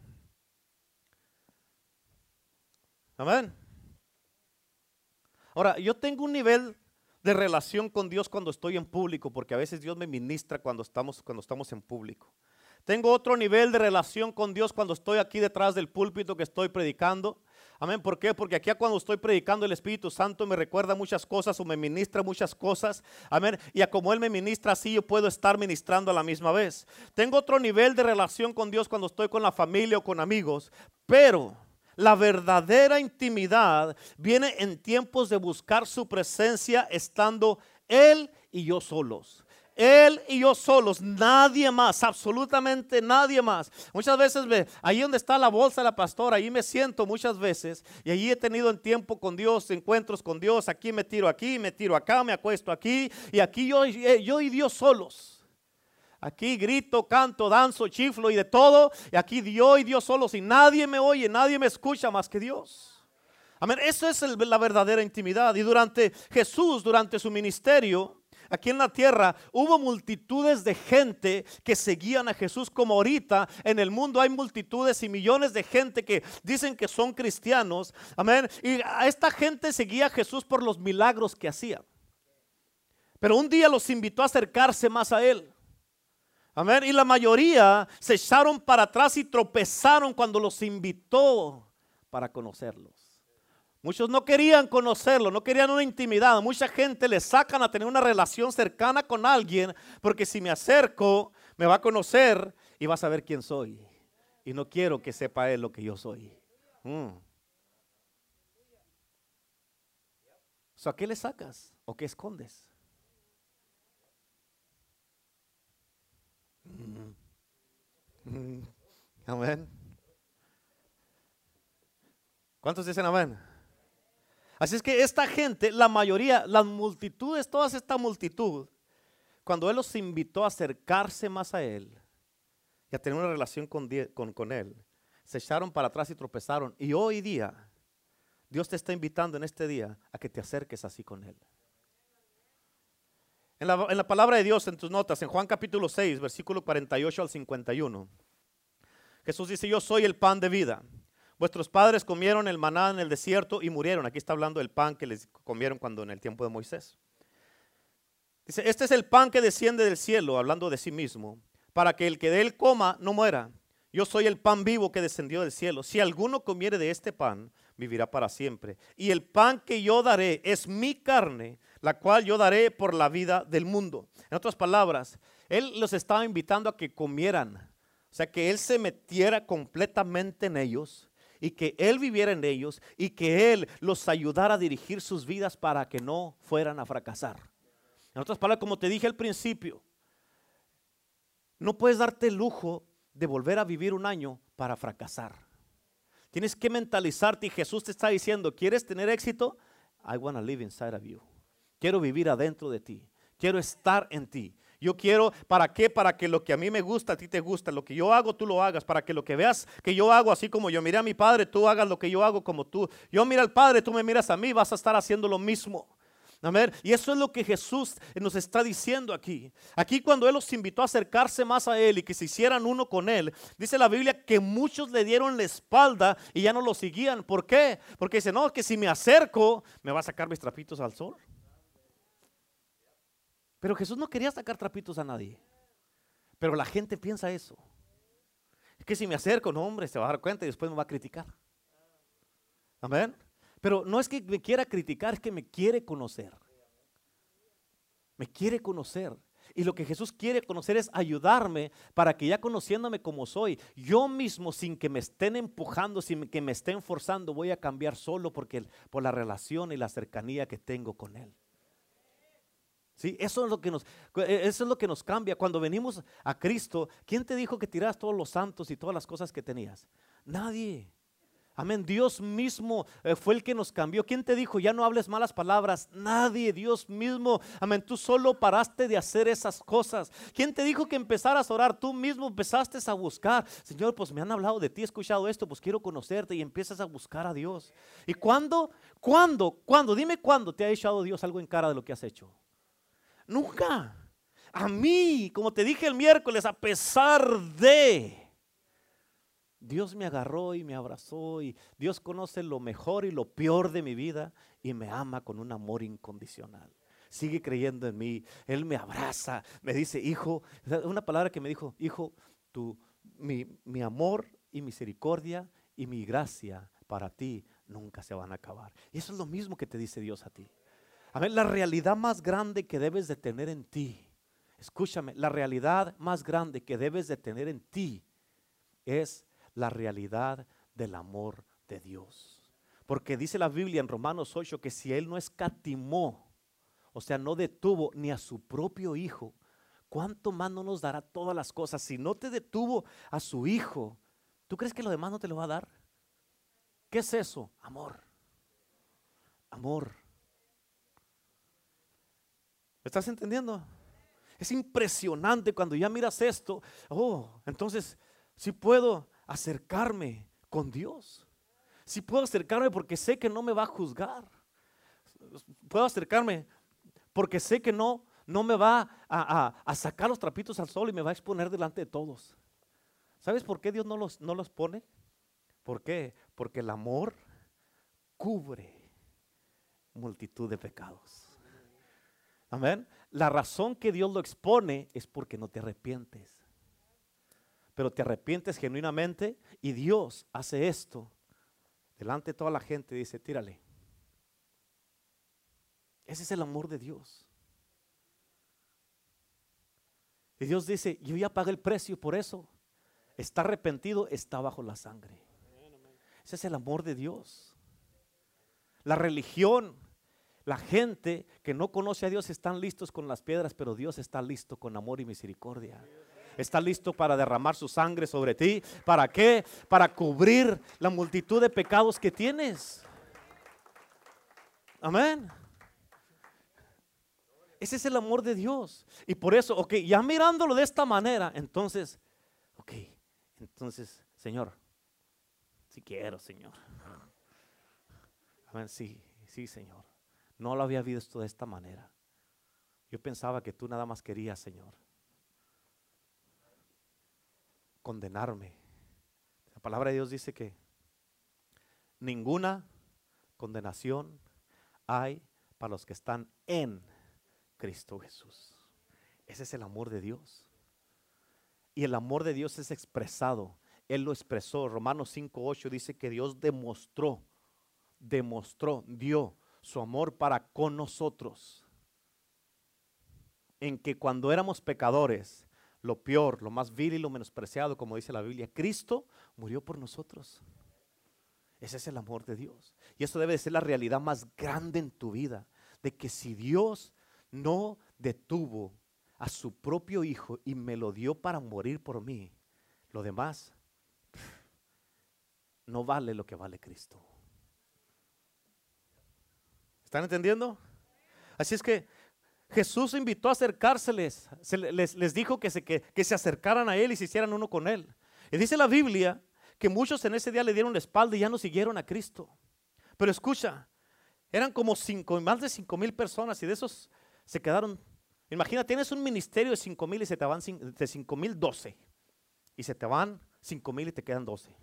Amén. Ahora, yo tengo un nivel de relación con Dios cuando estoy en público, porque a veces Dios me ministra cuando estamos en público. Tengo otro nivel de relación con Dios cuando estoy aquí detrás del púlpito que estoy predicando. Amén. ¿Por qué? Porque aquí cuando estoy predicando el Espíritu Santo me recuerda muchas cosas o me ministra muchas cosas. Amén. Y a como Él me ministra así yo puedo estar ministrando a la misma vez. Tengo otro nivel de relación con Dios cuando estoy con la familia o con amigos. Pero la verdadera intimidad viene en tiempos de buscar su presencia estando Él y yo solos. Él y yo solos, nadie más, absolutamente nadie más. Muchas veces, ahí donde está la bolsa de la pastora, ahí me siento muchas veces y allí he tenido en tiempo con Dios, encuentros con Dios. Aquí, me tiro acá, me acuesto aquí y aquí yo y Dios solos. Aquí grito, canto, danzo, chiflo y de todo. Y aquí yo y Dios solos y nadie me oye, nadie me escucha más que Dios. Amén. Eso es la verdadera intimidad. Y durante su ministerio aquí en la tierra, hubo multitudes de gente que seguían a Jesús, como ahorita en el mundo hay multitudes y millones de gente que dicen que son cristianos. Amén. Y a esta gente seguía a Jesús por los milagros que hacía. Pero un día los invitó a acercarse más a Él. Amén. Y la mayoría se echaron para atrás y tropezaron cuando los invitó para conocerlos. Muchos no querían conocerlo, no querían una intimidad. Mucha gente le sacan a tener una relación cercana con alguien porque si me acerco me va a conocer y va a saber quién soy. Y no quiero que sepa él lo que yo soy. ¿A qué le sacas o qué escondes? Amén. ¿Cuántos dicen amén? Así es que esta gente, la mayoría, las multitudes, toda esta multitud, cuando Él los invitó a acercarse más a Él y a tener una relación con Él, se echaron para atrás y tropezaron. Y hoy día, Dios te está invitando en este día a que te acerques así con Él. En la palabra de Dios, en tus notas, en Juan capítulo 6, versículo 48 al 51, Jesús dice: yo soy el pan de vida. Vuestros padres comieron el maná en el desierto y murieron. Aquí está hablando del pan que les comieron cuando en el tiempo de Moisés. Dice: este es el pan que desciende del cielo, hablando de sí mismo, para que el que de él coma no muera. Yo soy el pan vivo que descendió del cielo. Si alguno comiere de este pan, vivirá para siempre. Y el pan que yo daré es mi carne, la cual yo daré por la vida del mundo. En otras palabras, Él los estaba invitando a que comieran. O sea, que Él se metiera completamente en ellos y que Él viviera en ellos y que Él los ayudara a dirigir sus vidas para que no fueran a fracasar. En otras palabras, como te dije al principio, no puedes darte el lujo de volver a vivir un año para fracasar. Tienes que mentalizarte y Jesús te está diciendo: ¿quieres tener éxito? I want to live inside of you. Quiero vivir adentro de ti. Quiero estar en ti. Yo quiero, ¿para qué? Para que lo que a mí me gusta, a ti te gusta. Lo que yo hago, tú lo hagas. Para que lo que veas que yo hago, así como yo miré a mi padre, tú hagas lo que yo hago como tú. Yo miro al Padre, tú me miras a mí, vas a estar haciendo lo mismo. Amén. Y eso es lo que Jesús nos está diciendo aquí. Aquí cuando Él los invitó a acercarse más a Él y que se hicieran uno con Él, dice la Biblia que muchos le dieron la espalda y ya no lo seguían. ¿Por qué? Porque dice, no, que si me acerco, me va a sacar mis trapitos al sol. Pero Jesús no quería sacar trapitos a nadie. Pero la gente piensa eso. Es que si me acerco, no, hombre, se va a dar cuenta y después me va a criticar. Amén. Pero no es que me quiera criticar, es que me quiere conocer. Me quiere conocer. Y lo que Jesús quiere conocer es ayudarme para que ya conociéndome como soy, yo mismo sin que me estén empujando, sin que me estén forzando, voy a cambiar solo por la relación y la cercanía que tengo con Él. Sí, eso es lo que nos cambia. Cuando venimos a Cristo, ¿quién te dijo que tiraras todos los santos y todas las cosas que tenías? Nadie. Amén, Dios mismo fue el que nos cambió. ¿Quién te dijo ya no hables malas palabras? Nadie, Dios mismo. Amén, tú solo paraste de hacer esas cosas. ¿Quién te dijo que empezaras a orar? Tú mismo empezaste a buscar. Señor, pues me han hablado de ti, he escuchado esto, pues quiero conocerte, y empiezas a buscar a Dios. ¿Y cuándo? Dime cuándo te ha echado Dios algo en cara de lo que has hecho. Nunca. A mí, como te dije el miércoles, a pesar de... Dios me agarró y me abrazó, y Dios conoce lo mejor y lo peor de mi vida y me ama con un amor incondicional. Sigue creyendo en mí. Él me abraza, me dice, hijo, una palabra que me dijo, hijo, mi amor y misericordia y mi gracia para ti nunca se van a acabar. Y eso es lo mismo que te dice Dios a ti. A ver, la realidad más grande que debes de tener en ti, escúchame, la realidad más grande que debes de tener en ti es la realidad del amor de Dios. Porque dice la Biblia en Romanos 8 que si Él no escatimó, o sea, no detuvo ni a su propio Hijo, ¿cuánto más no nos dará todas las cosas? Si no te detuvo a su Hijo, ¿tú crees que lo demás no te lo va a dar? ¿Qué es eso? Amor. Amor. ¿Me estás entendiendo? Es impresionante cuando ya miras esto. Oh, entonces sí puedo acercarme con Dios. Sí puedo acercarme porque sé que no me va a juzgar. Puedo acercarme porque sé que no me va a sacar los trapitos al sol y me va a exponer delante de todos. ¿Sabes por qué Dios no los pone? ¿Por qué? Porque el amor cubre multitud de pecados. Amén. La razón que Dios lo expone es porque no te arrepientes. Pero te arrepientes genuinamente y Dios hace esto delante de toda la gente y dice, tírale. Ese es el amor de Dios. Y Dios dice, yo ya pagué el precio por eso. Está arrepentido, está bajo la sangre. Ese es el amor de Dios. La religión, la gente que no conoce a Dios están listos con las piedras, pero Dios está listo con amor y misericordia. Está listo para derramar su sangre sobre ti. ¿Para qué? Para cubrir la multitud de pecados que tienes. Amén. Ese es el amor de Dios. Y por eso, ok, ya mirándolo de esta manera, entonces, Señor, si quiero, Señor. Amén, sí, Señor. No lo había visto de esta manera. Yo pensaba que tú nada más querías, Señor, condenarme. La palabra de Dios dice que ninguna condenación hay para los que están en Cristo Jesús. Ese es el amor de Dios. Y el amor de Dios es expresado. Él lo expresó. Romanos 5:8 dice que Dios demostró, dio su amor para con nosotros. En que cuando éramos pecadores, lo peor, lo más vil y lo menospreciado, como dice la Biblia, Cristo murió por nosotros. Ese es el amor de Dios. Y eso debe de ser la realidad más grande en tu vida. De que si Dios no detuvo a su propio Hijo y me lo dio para morir por mí, lo demás no vale lo que vale Cristo. ¿Están entendiendo? Así es que Jesús invitó a acercárseles, les dijo que se acercaran a Él y se hicieran uno con Él. Y dice la Biblia que muchos en ese día le dieron la espalda y ya no siguieron a Cristo. Pero escucha, Eran como más de 5,000 personas y de esos se quedaron. Imagina, tienes un ministerio de 5,000 y se te van de 5,000 12. Y se te van 5,000 y te quedan 12.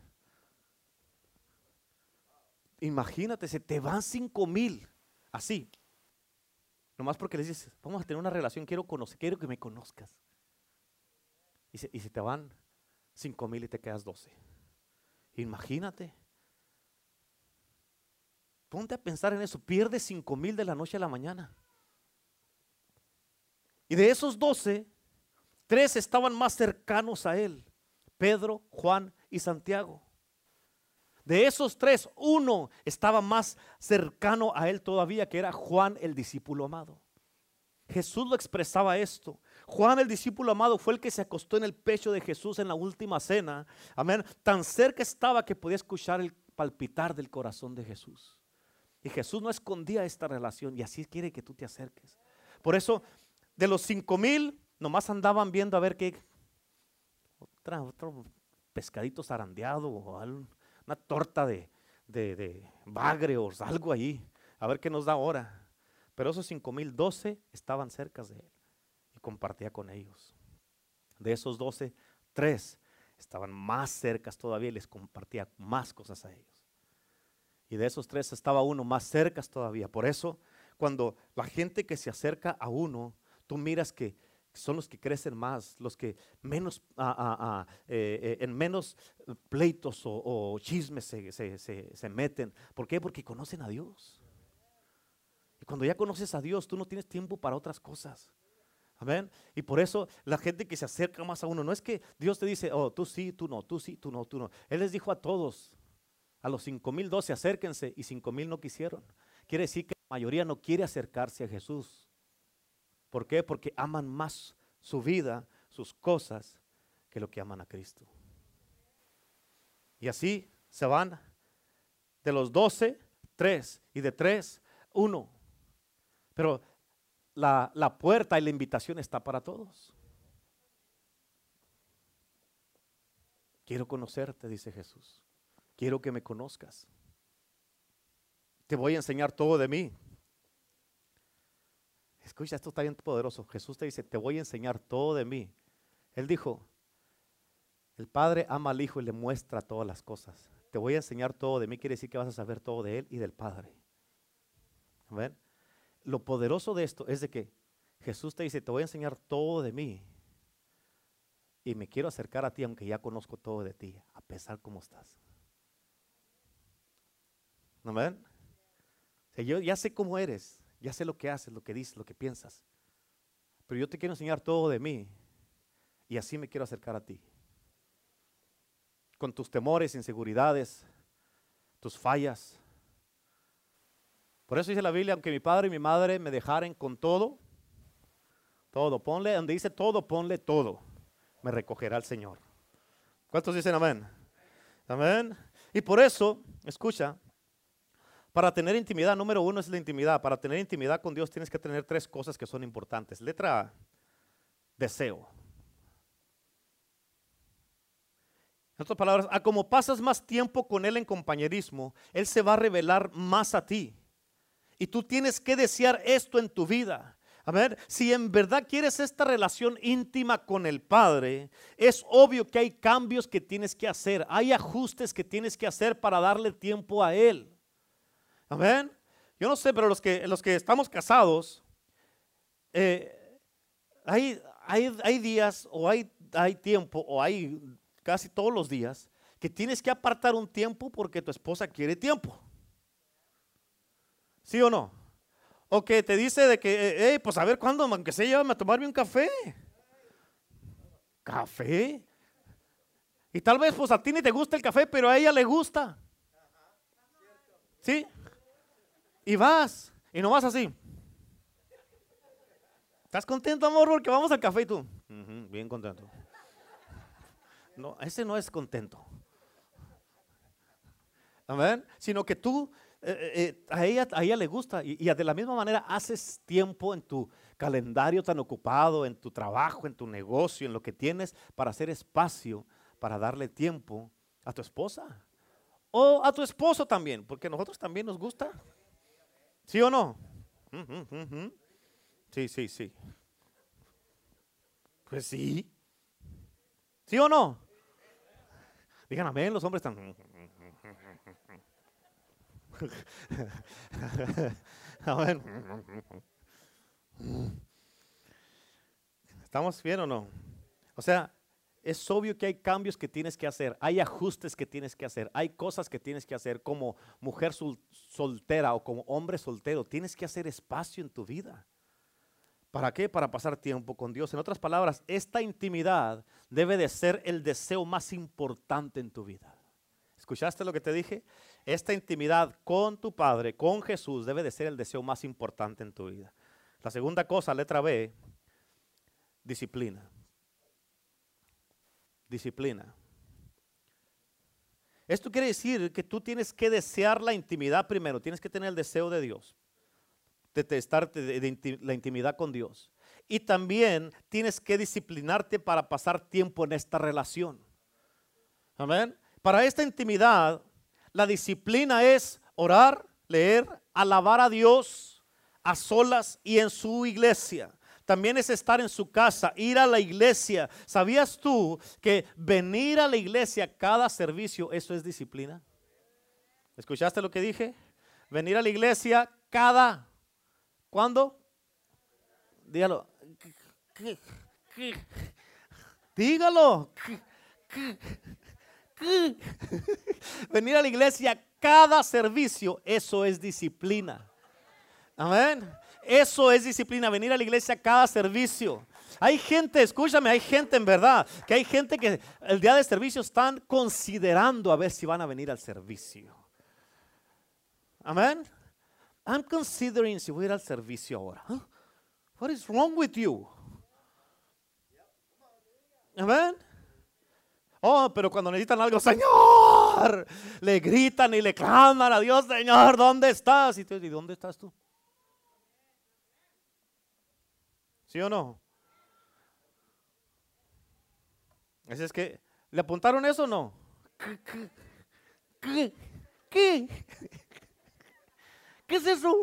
Imagínate, se te van 5,000 así. Nomás porque les dices, vamos a tener una relación, quiero que me conozcas. Y se te van 5,000 y te quedas 12. Imagínate. Ponte a pensar en eso, pierdes 5,000 de la noche a la mañana. Y de esos 12, 3 estaban más cercanos a él: Pedro, Juan y Santiago. De esos 3, 1 estaba más cercano a él todavía, que era Juan, el discípulo amado. Jesús lo expresaba esto. Juan, el discípulo amado, fue el que se acostó en el pecho de Jesús en la última cena. Amén. Tan cerca estaba que podía escuchar el palpitar del corazón de Jesús. Y Jesús no escondía esta relación, y así quiere que tú te acerques. Por eso, de los 5,000, nomás andaban viendo a ver qué, otro pescadito zarandeado o una torta de bagre o algo ahí, a ver qué nos da ahora. Pero esos 5,000, 12 estaban cerca de él y compartía con ellos. De esos 12, 3 estaban más cerca todavía y les compartía más cosas a ellos. Y de esos 3 estaba uno más cerca todavía. Por eso, cuando la gente que se acerca a uno, tú miras que son los que crecen más, los que menos en menos pleitos o chismes se meten. ¿Por qué? Porque conocen a Dios. Y cuando ya conoces a Dios, tú no tienes tiempo para otras cosas. Amén. Y por eso la gente que se acerca más a uno, no es que Dios te dice, oh, tú sí, tú no, tú sí, tú no, tú no. Él les dijo a todos, a los 5,012, acérquense, y 5,000 no quisieron. Quiere decir que la mayoría no quiere acercarse a Jesús. ¿Por qué? Porque aman más su vida, sus cosas, que lo que aman a Cristo. Y así se van de los 12, 3, y de 3, 1. Pero la puerta y la invitación está para todos. Quiero conocerte, dice Jesús. Quiero que me conozcas. Te voy a enseñar todo de mí. Escucha, esto está bien poderoso. Jesús te dice, te voy a enseñar todo de mí. Él dijo, el Padre ama al Hijo y le muestra todas las cosas. Te voy a enseñar todo de mí, quiere decir que vas a saber todo de Él y del Padre. ¿Ven? Lo poderoso de esto es de que Jesús te dice, te voy a enseñar todo de mí. Y me quiero acercar a ti aunque ya conozco todo de ti, a pesar cómo estás. ¿No ven? O sea, yo ya sé cómo eres, ya sé lo que haces, lo que dices, lo que piensas. Pero yo te quiero enseñar todo de mí. Y así me quiero acercar a ti. Con tus temores, inseguridades, tus fallas. Por eso dice la Biblia, aunque mi padre y mi madre me dejaren con todo, ponle, donde dice todo, ponle todo. Me recogerá el Señor. ¿Cuántos dicen amén? Amén. Y por eso, escucha, para tener intimidad, número 1 es la intimidad. Para tener intimidad con Dios tienes que tener 3 cosas que son importantes. Letra A, deseo. En otras palabras, a como pasas más tiempo con Él en compañerismo, Él se va a revelar más a ti. Y tú tienes que desear esto en tu vida. A ver, si en verdad quieres esta relación íntima con el Padre, es obvio que hay cambios que tienes que hacer. Hay ajustes que tienes que hacer para darle tiempo a Él. Amén. Yo no sé, pero los que estamos casados, hay días o hay tiempo o hay casi todos los días que tienes que apartar un tiempo porque tu esposa quiere tiempo. ¿Sí o no? O que te dice de que, pues a ver cuándo, aunque sea, llévame a tomarme un café. ¿Café? Y tal vez pues a ti ni te gusta el café, pero a ella le gusta. ¿Sí? Y vas, y no vas así. ¿Estás contento, amor, porque vamos al café? Y tú, bien contento. No, ese no es contento. Amén. Sino que tú, a ella le gusta y de la misma manera haces tiempo en tu calendario tan ocupado, en tu trabajo, en tu negocio, en lo que tienes, para hacer espacio, para darle tiempo a tu esposa o a tu esposo también, porque a nosotros también nos gusta. ¿Sí o no? Ujú, ujú. Sí, sí, sí. Pues sí. ¿Sí o no? Digan amén, los hombres están. Amén. ¿Estamos bien o no? O sea, es obvio que hay cambios que tienes que hacer, hay ajustes que tienes que hacer, hay cosas que tienes que hacer como mujer soltera o como hombre soltero. Tienes que hacer espacio en tu vida. ¿Para qué? Para pasar tiempo con Dios. En otras palabras, esta intimidad debe de ser el deseo más importante en tu vida. ¿Escuchaste lo que te dije? Esta intimidad con tu Padre, con Jesús, debe de ser el deseo más importante en tu vida. La segunda cosa, letra B, disciplina. Disciplina. Esto quiere decir que tú tienes que desear la intimidad primero, tienes que tener el deseo de Dios, la intimidad con Dios. Y también tienes que disciplinarte para pasar tiempo en esta relación. Amén. Para esta intimidad, la disciplina es orar, leer, alabar a Dios a solas y en su iglesia. También es estar en su casa, ir a la iglesia. ¿Sabías tú que venir a la iglesia cada servicio, eso es disciplina? ¿Escuchaste lo que dije? Venir a la iglesia cada, ¿cuándo? Dígalo. Dígalo. Venir a la iglesia cada servicio, eso es disciplina. Amén. Eso es disciplina, venir a la iglesia cada servicio. Hay gente, escúchame, hay gente en verdad, que hay gente que el día de servicio están considerando a ver si van a venir al servicio. Amén. I'm considering si voy a ir al servicio ahora. Huh? What is wrong with you? Amén. Oh, pero cuando necesitan algo, Señor, le gritan y le claman a Dios, Señor, ¿dónde estás? ¿Y dónde estás tú? ¿Sí o no? Así es que, ¿le apuntaron eso o no? ¿Qué es eso?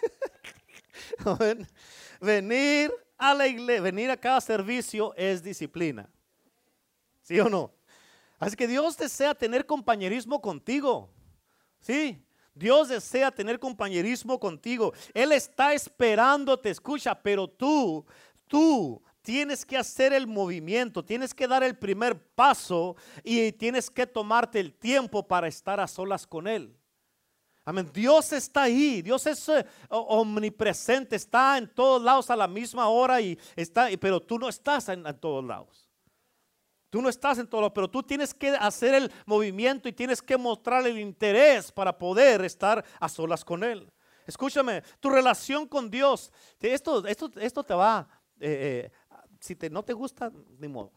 Venir a la iglesia, venir a cada servicio es disciplina. ¿Sí o no? Así que Dios desea tener compañerismo contigo. ¿Sí? Dios desea tener compañerismo contigo. Él está esperándote, escucha, pero tú tienes que hacer el movimiento, tienes que dar el primer paso y tienes que tomarte el tiempo para estar a solas con Él. Amén. Dios está ahí, Dios es omnipresente, está en todos lados a la misma hora pero tú no estás en todos lados. Tú no estás en todo, pero tú tienes que hacer el movimiento y tienes que mostrar el interés para poder estar a solas con Él. Escúchame, tu relación con Dios, esto te va, si no te gusta, ni modo.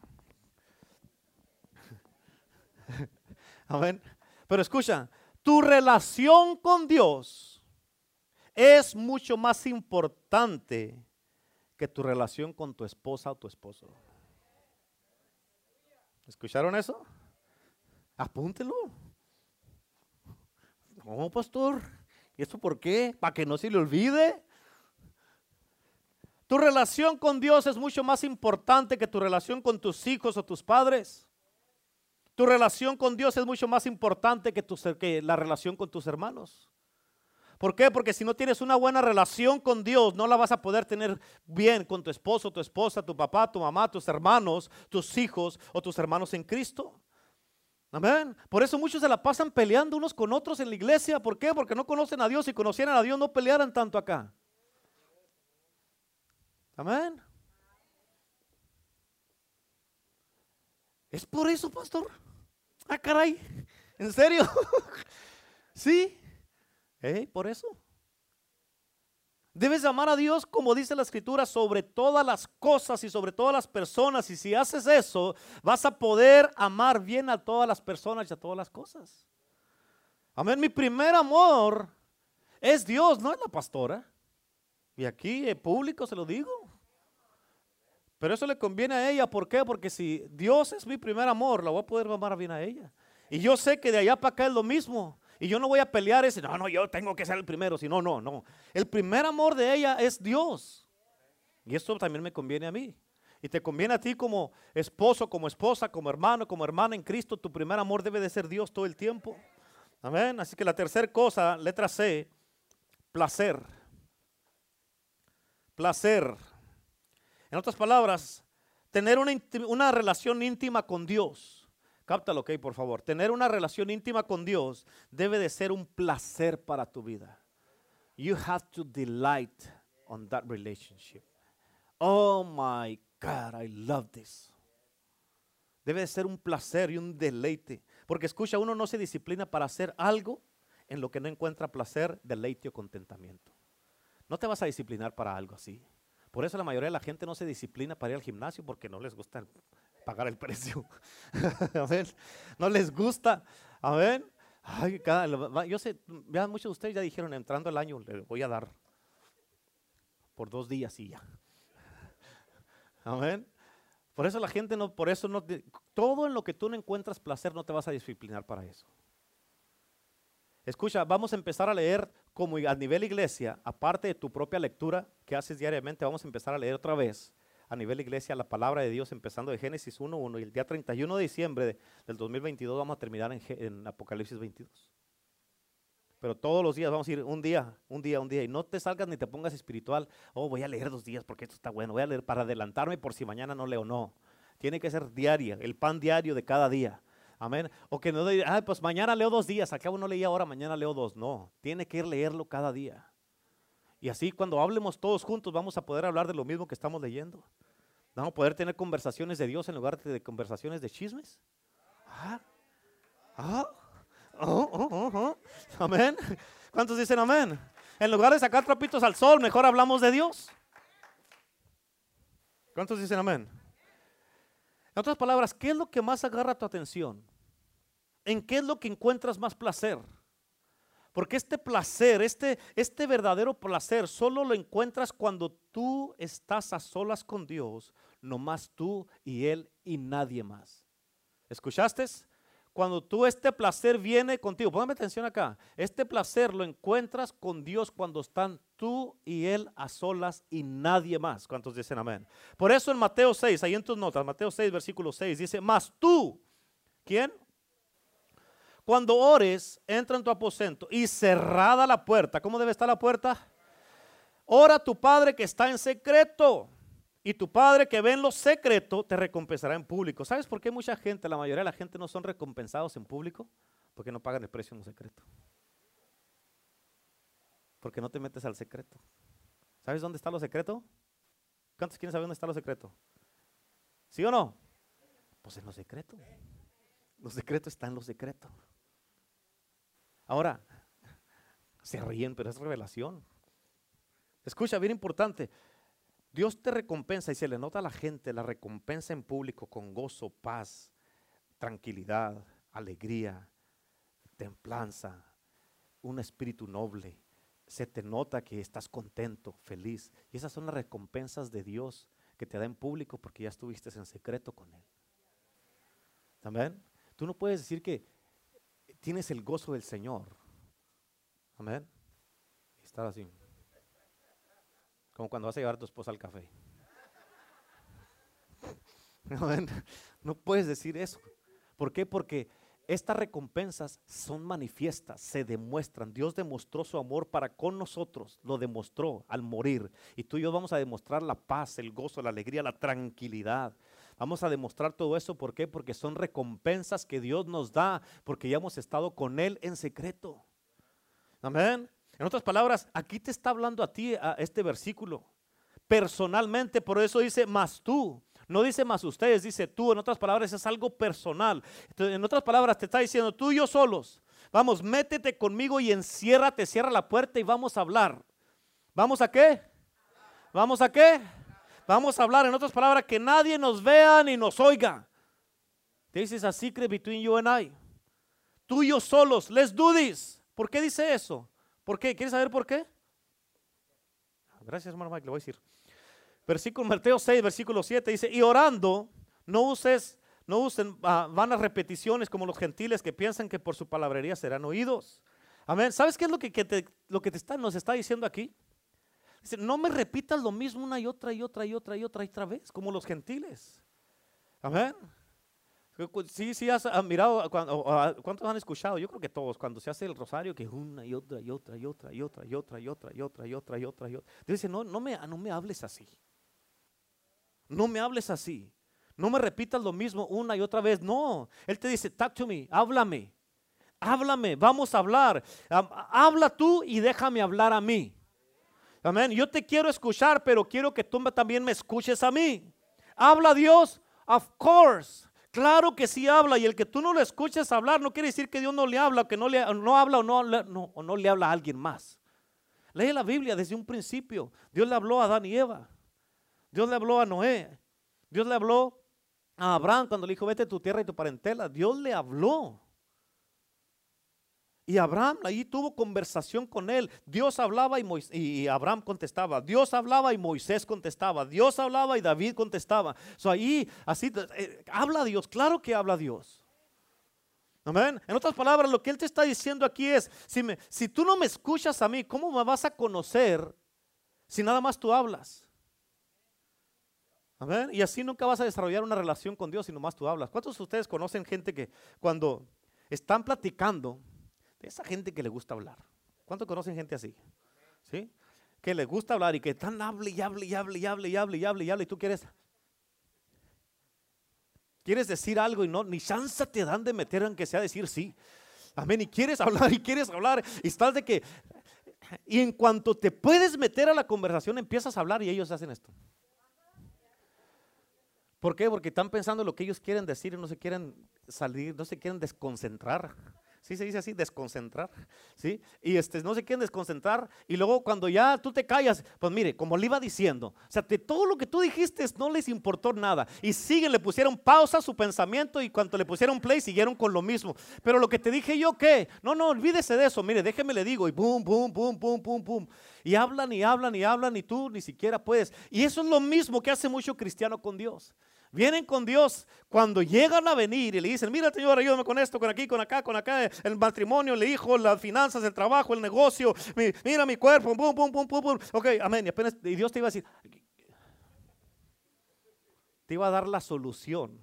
Amén. Pero escucha, tu relación con Dios es mucho más importante que tu relación con tu esposa o tu esposo. ¿Escucharon eso? Apúntelo. No, pastor. ¿Y esto por qué? ¿Para que no se le olvide? Tu relación con Dios es mucho más importante que tu relación con tus hijos o tus padres. Tu relación con Dios es mucho más importante que la relación con tus hermanos. ¿Por qué? Porque si no tienes una buena relación con Dios, no la vas a poder tener bien con tu esposo, tu esposa, tu papá, tu mamá, tus hermanos, tus hijos o tus hermanos en Cristo. Amén. Por eso muchos se la pasan peleando unos con otros en la iglesia. ¿Por qué? Porque no conocen a Dios. Si conocieran a Dios, no pelearan tanto acá. Amén. ¿Es por eso, pastor? Ah, caray. ¿En serio? Sí. Por eso. Debes amar a Dios como dice la Escritura sobre todas las cosas y sobre todas las personas. Y si haces eso, vas a poder amar bien a todas las personas y a todas las cosas. Amén. Mi primer amor es Dios, no es la pastora. Y aquí en público se lo digo. Pero eso le conviene a ella. ¿Por qué? Porque si Dios es mi primer amor, la voy a poder amar bien a ella. Y yo sé que de allá para acá es lo mismo. Y yo no voy a pelear ese, no, yo tengo que ser el primero. Si no, no. El primer amor de ella es Dios. Y esto también me conviene a mí. Y te conviene a ti como esposo, como esposa, como hermano, como hermana en Cristo. Tu primer amor debe de ser Dios todo el tiempo. Amén. Así que la tercera cosa, letra C, placer. Placer. En otras palabras, tener una relación íntima con Dios. Cáptalo, ok, por favor. Tener una relación íntima con Dios debe de ser un placer para tu vida. You have to delight on that relationship. Oh my God, I love this. Debe de ser un placer y un deleite. Porque escucha, uno no se disciplina para hacer algo en lo que no encuentra placer, deleite o contentamiento. No te vas a disciplinar para algo así. Por eso la mayoría de la gente no se disciplina para ir al gimnasio porque no les gusta pagar el precio. Amén. No les gusta. Amén. Ay, yo sé, vean, muchos de ustedes ya dijeron, entrando el año le voy a dar por 2 días y ya. Amén. Por eso la gente no, todo en lo que tú no encuentras placer no te vas a disciplinar para eso. Escucha, vamos a empezar a leer como a nivel iglesia, aparte de tu propia lectura que haces diariamente, vamos a empezar a leer otra vez a nivel iglesia la palabra de Dios, empezando de Génesis 1:1 y el día 31 de diciembre del 2022 vamos a terminar en Apocalipsis 22. Pero todos los días vamos a ir un día, y no te salgas ni te pongas espiritual. Oh, voy a leer 2 días porque esto está bueno, voy a leer para adelantarme por si mañana no leo. No, tiene que ser diaria, el pan diario de cada día. Amén. O que no diga, pues mañana leo 2 días, acabo no leí ahora, mañana leo 2. No, tiene que leerlo cada día. Y así cuando hablemos todos juntos vamos a poder hablar de lo mismo que estamos leyendo. Vamos a poder tener conversaciones de Dios en lugar de conversaciones de chismes. Amén. ¿Cuántos dicen amén? En lugar de sacar trapitos al sol, mejor hablamos de Dios. ¿Cuántos dicen amén? En otras palabras, ¿qué es lo que más agarra tu atención? ¿En qué es lo que encuentras más placer? Porque este placer, este verdadero placer, solo lo encuentras cuando tú estás a solas con Dios, nomás tú y Él y nadie más. ¿Escuchaste? Cuando este placer viene contigo, póngame atención acá, este placer lo encuentras con Dios cuando están tú y Él a solas y nadie más. ¿Cuántos dicen amén? Por eso en Mateo 6, ahí en tus notas, Mateo 6, versículo 6, dice, mas tú, ¿quién? Cuando ores, entra en tu aposento y cerrada la puerta. ¿Cómo debe estar la puerta? Ora a tu Padre que está en secreto. Y tu Padre que ve en lo secreto te recompensará en público. ¿Sabes por qué mucha gente, la mayoría de la gente no son recompensados en público? Porque no pagan el precio en lo secreto. Porque no te metes al secreto. ¿Sabes dónde está lo secreto? ¿Cuántos quieren saber dónde está lo secreto? ¿Sí o no? Pues en lo secreto. Lo secreto está en lo secreto. Ahora, se ríen, pero es revelación. Escucha, bien importante. Dios te recompensa y se le nota a la gente la recompensa en público con gozo, paz, tranquilidad, alegría, templanza, un espíritu noble. Se te nota que estás contento, feliz. Y esas son las recompensas de Dios que te da en público porque ya estuviste en secreto con Él. ¿Amén? Tú no puedes decir que tienes el gozo del Señor. Amén. Y estar así. Como cuando vas a llevar a tu esposa al café. No puedes decir eso. ¿Por qué? Porque estas recompensas son manifiestas, se demuestran. Dios demostró su amor para con nosotros, lo demostró al morir. Y tú y yo vamos a demostrar la paz, el gozo, la alegría, la tranquilidad. Vamos a demostrar todo eso. ¿Por qué? Porque son recompensas que Dios nos da, porque ya hemos estado con Él en secreto. Amén. En otras palabras, aquí te está hablando a ti a este versículo personalmente, por eso dice más tú, no dice más ustedes, dice tú. En otras palabras, es algo personal. Entonces, en otras palabras, te está diciendo tú y yo solos, vamos, métete conmigo y enciérrate, cierra la puerta y vamos a hablar. ¿Vamos a qué? ¿Vamos a qué? Vamos a hablar. En otras palabras, que nadie nos vea ni nos oiga. This is a secret between you and I. Tú y yo solos, let's do this. ¿Por qué dice eso? ¿Por qué? ¿Quieres saber por qué? Gracias, hermano Mike, le voy a decir. Mateo 6, versículo 7 dice, y orando, no uses No usen vanas repeticiones como los gentiles que piensan que por su palabrería serán oídos. Amén. ¿Sabes qué es lo que nos está diciendo aquí? Dice, no me repitas lo mismo una y otra y otra y otra y otra vez, como los gentiles. Amén. Sí, has mirado, ¿cuántos han escuchado? Yo creo que todos, cuando se hace el rosario, que una y otra y otra y otra y otra y otra y otra y otra y otra y otra y otra. Dice, no me hables así. No me hables así. No me repitas lo mismo una y otra vez. No, Él te dice, talk to me, háblame. Háblame, vamos a hablar. Habla tú y déjame hablar a mí. Amén. Yo te quiero escuchar, pero quiero que tú también me escuches a mí. ¿Habla Dios? Of course. Claro que sí habla, y el que tú no lo escuches hablar no quiere decir que Dios no le habla, que no habla o no le habla a alguien más. Lee la Biblia desde un principio. Dios le habló a Adán y Eva. Dios le habló a Noé. Dios le habló a Abraham cuando le dijo, vete de tu tierra y tu parentela. Dios le habló. Y Abraham ahí tuvo conversación con él. Dios hablaba y Abraham contestaba. Dios hablaba y Moisés contestaba. Dios hablaba y David contestaba. Ahí, así, habla Dios. Claro que habla Dios. Amén. En otras palabras, lo que Él te está diciendo aquí es, si tú no me escuchas a mí, ¿cómo me vas a conocer si nada más tú hablas? Amén. Y así nunca vas a desarrollar una relación con Dios si nomás tú hablas. ¿Cuántos de ustedes conocen gente que cuando están platicando, de esa gente que le gusta hablar? ¿Cuántos conocen gente así? ¿Sí? Que le gusta hablar y que están hable y hable y hable y hable y hable y hable y hable y tú quieres decir algo y no, ni chance te dan de meter aunque sea decir sí. Amén. Y quieres hablar y estás de que, y en cuanto te puedes meter a la conversación empiezas a hablar y ellos hacen esto. ¿Por qué? Porque están pensando lo que ellos quieren decir y no se quieren salir, no se quieren desconcentrar. ¿Sí se dice así? Desconcentrar. ¿Sí? Y no se quieren desconcentrar. Y luego cuando ya tú te callas, pues mire, como le iba diciendo, o sea, de todo lo que tú dijiste no les importó nada. Y siguen, le pusieron pausa a su pensamiento y cuando le pusieron play siguieron con lo mismo. Pero lo que te dije yo, ¿qué? No, olvídese de eso. Mire, déjeme le digo. Y boom, boom, boom, boom, boom, boom. Y hablan y hablan y hablan y tú ni siquiera puedes. Y eso es lo mismo que hace mucho cristiano con Dios. Vienen con Dios cuando llegan a venir y le dicen, mira Señor, ayúdame con esto, con aquí, con acá, el matrimonio, el hijo, las finanzas, el trabajo, el negocio, mira mi cuerpo, pum, pum, pum, pum, pum. Ok, amén. Y Dios te iba a decir, te iba a dar la solución.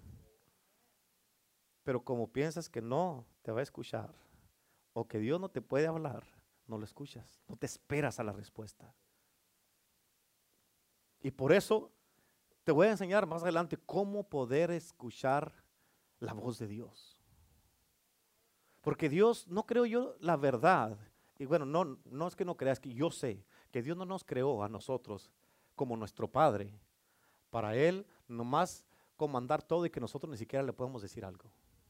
Pero como piensas que no te va a escuchar o que Dios no te puede hablar, no lo escuchas, no te esperas a la respuesta. Y por eso te voy a enseñar más adelante cómo poder escuchar la voz de Dios. Porque Dios, no creo yo la verdad, y bueno, no es que no creas, que yo sé que Dios no nos creó a nosotros como nuestro Padre, para Él nomás comandar todo y que nosotros ni siquiera le podemos decir algo.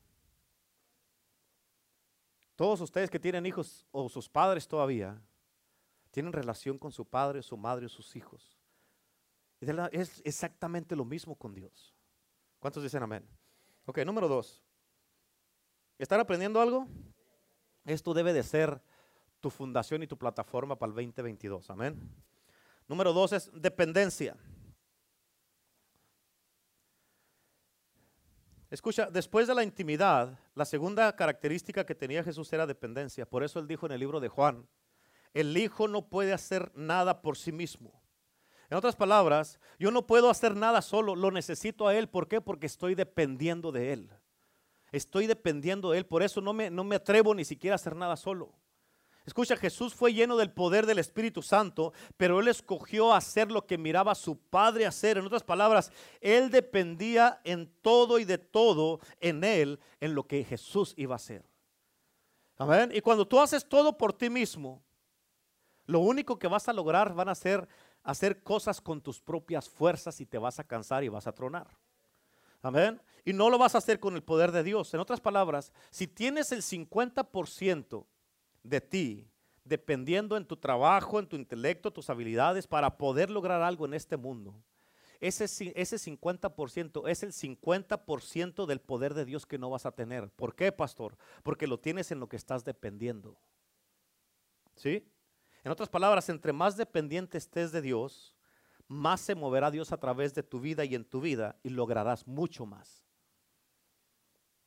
Todos ustedes que tienen hijos o sus padres todavía, tienen relación con su padre, su madre o sus hijos. Es exactamente lo mismo con Dios. ¿Cuántos dicen amén? Ok, número 2. ¿Están aprendiendo algo? Esto debe de ser tu fundación y tu plataforma para el 2022. Amén. Número 2 es dependencia. Escucha, después de la intimidad, la segunda característica que tenía Jesús era dependencia. Por eso Él dijo en el libro de Juan, el Hijo no puede hacer nada por sí mismo. En otras palabras, yo no puedo hacer nada solo, lo necesito a Él. ¿Por qué? Porque estoy dependiendo de Él. Estoy dependiendo de Él, por eso no me atrevo ni siquiera a hacer nada solo. Escucha, Jesús fue lleno del poder del Espíritu Santo, pero Él escogió hacer lo que miraba a su Padre hacer. En otras palabras, Él dependía en todo y de todo en Él, en lo que Jesús iba a hacer. Amén. Y cuando tú haces todo por ti mismo, lo único que vas a lograr van a ser hacer cosas con tus propias fuerzas y te vas a cansar y vas a tronar. Amén. Y no lo vas a hacer con el poder de Dios. En otras palabras, si tienes el 50% de ti dependiendo en tu trabajo, en tu intelecto, tus habilidades para poder lograr algo en este mundo, ese 50% es el 50% del poder de Dios que no vas a tener. ¿Por qué, pastor? Porque lo tienes en lo que estás dependiendo. ¿Sí? En otras palabras, entre más dependiente estés de Dios, más se moverá Dios a través de tu vida y en tu vida y lograrás mucho más.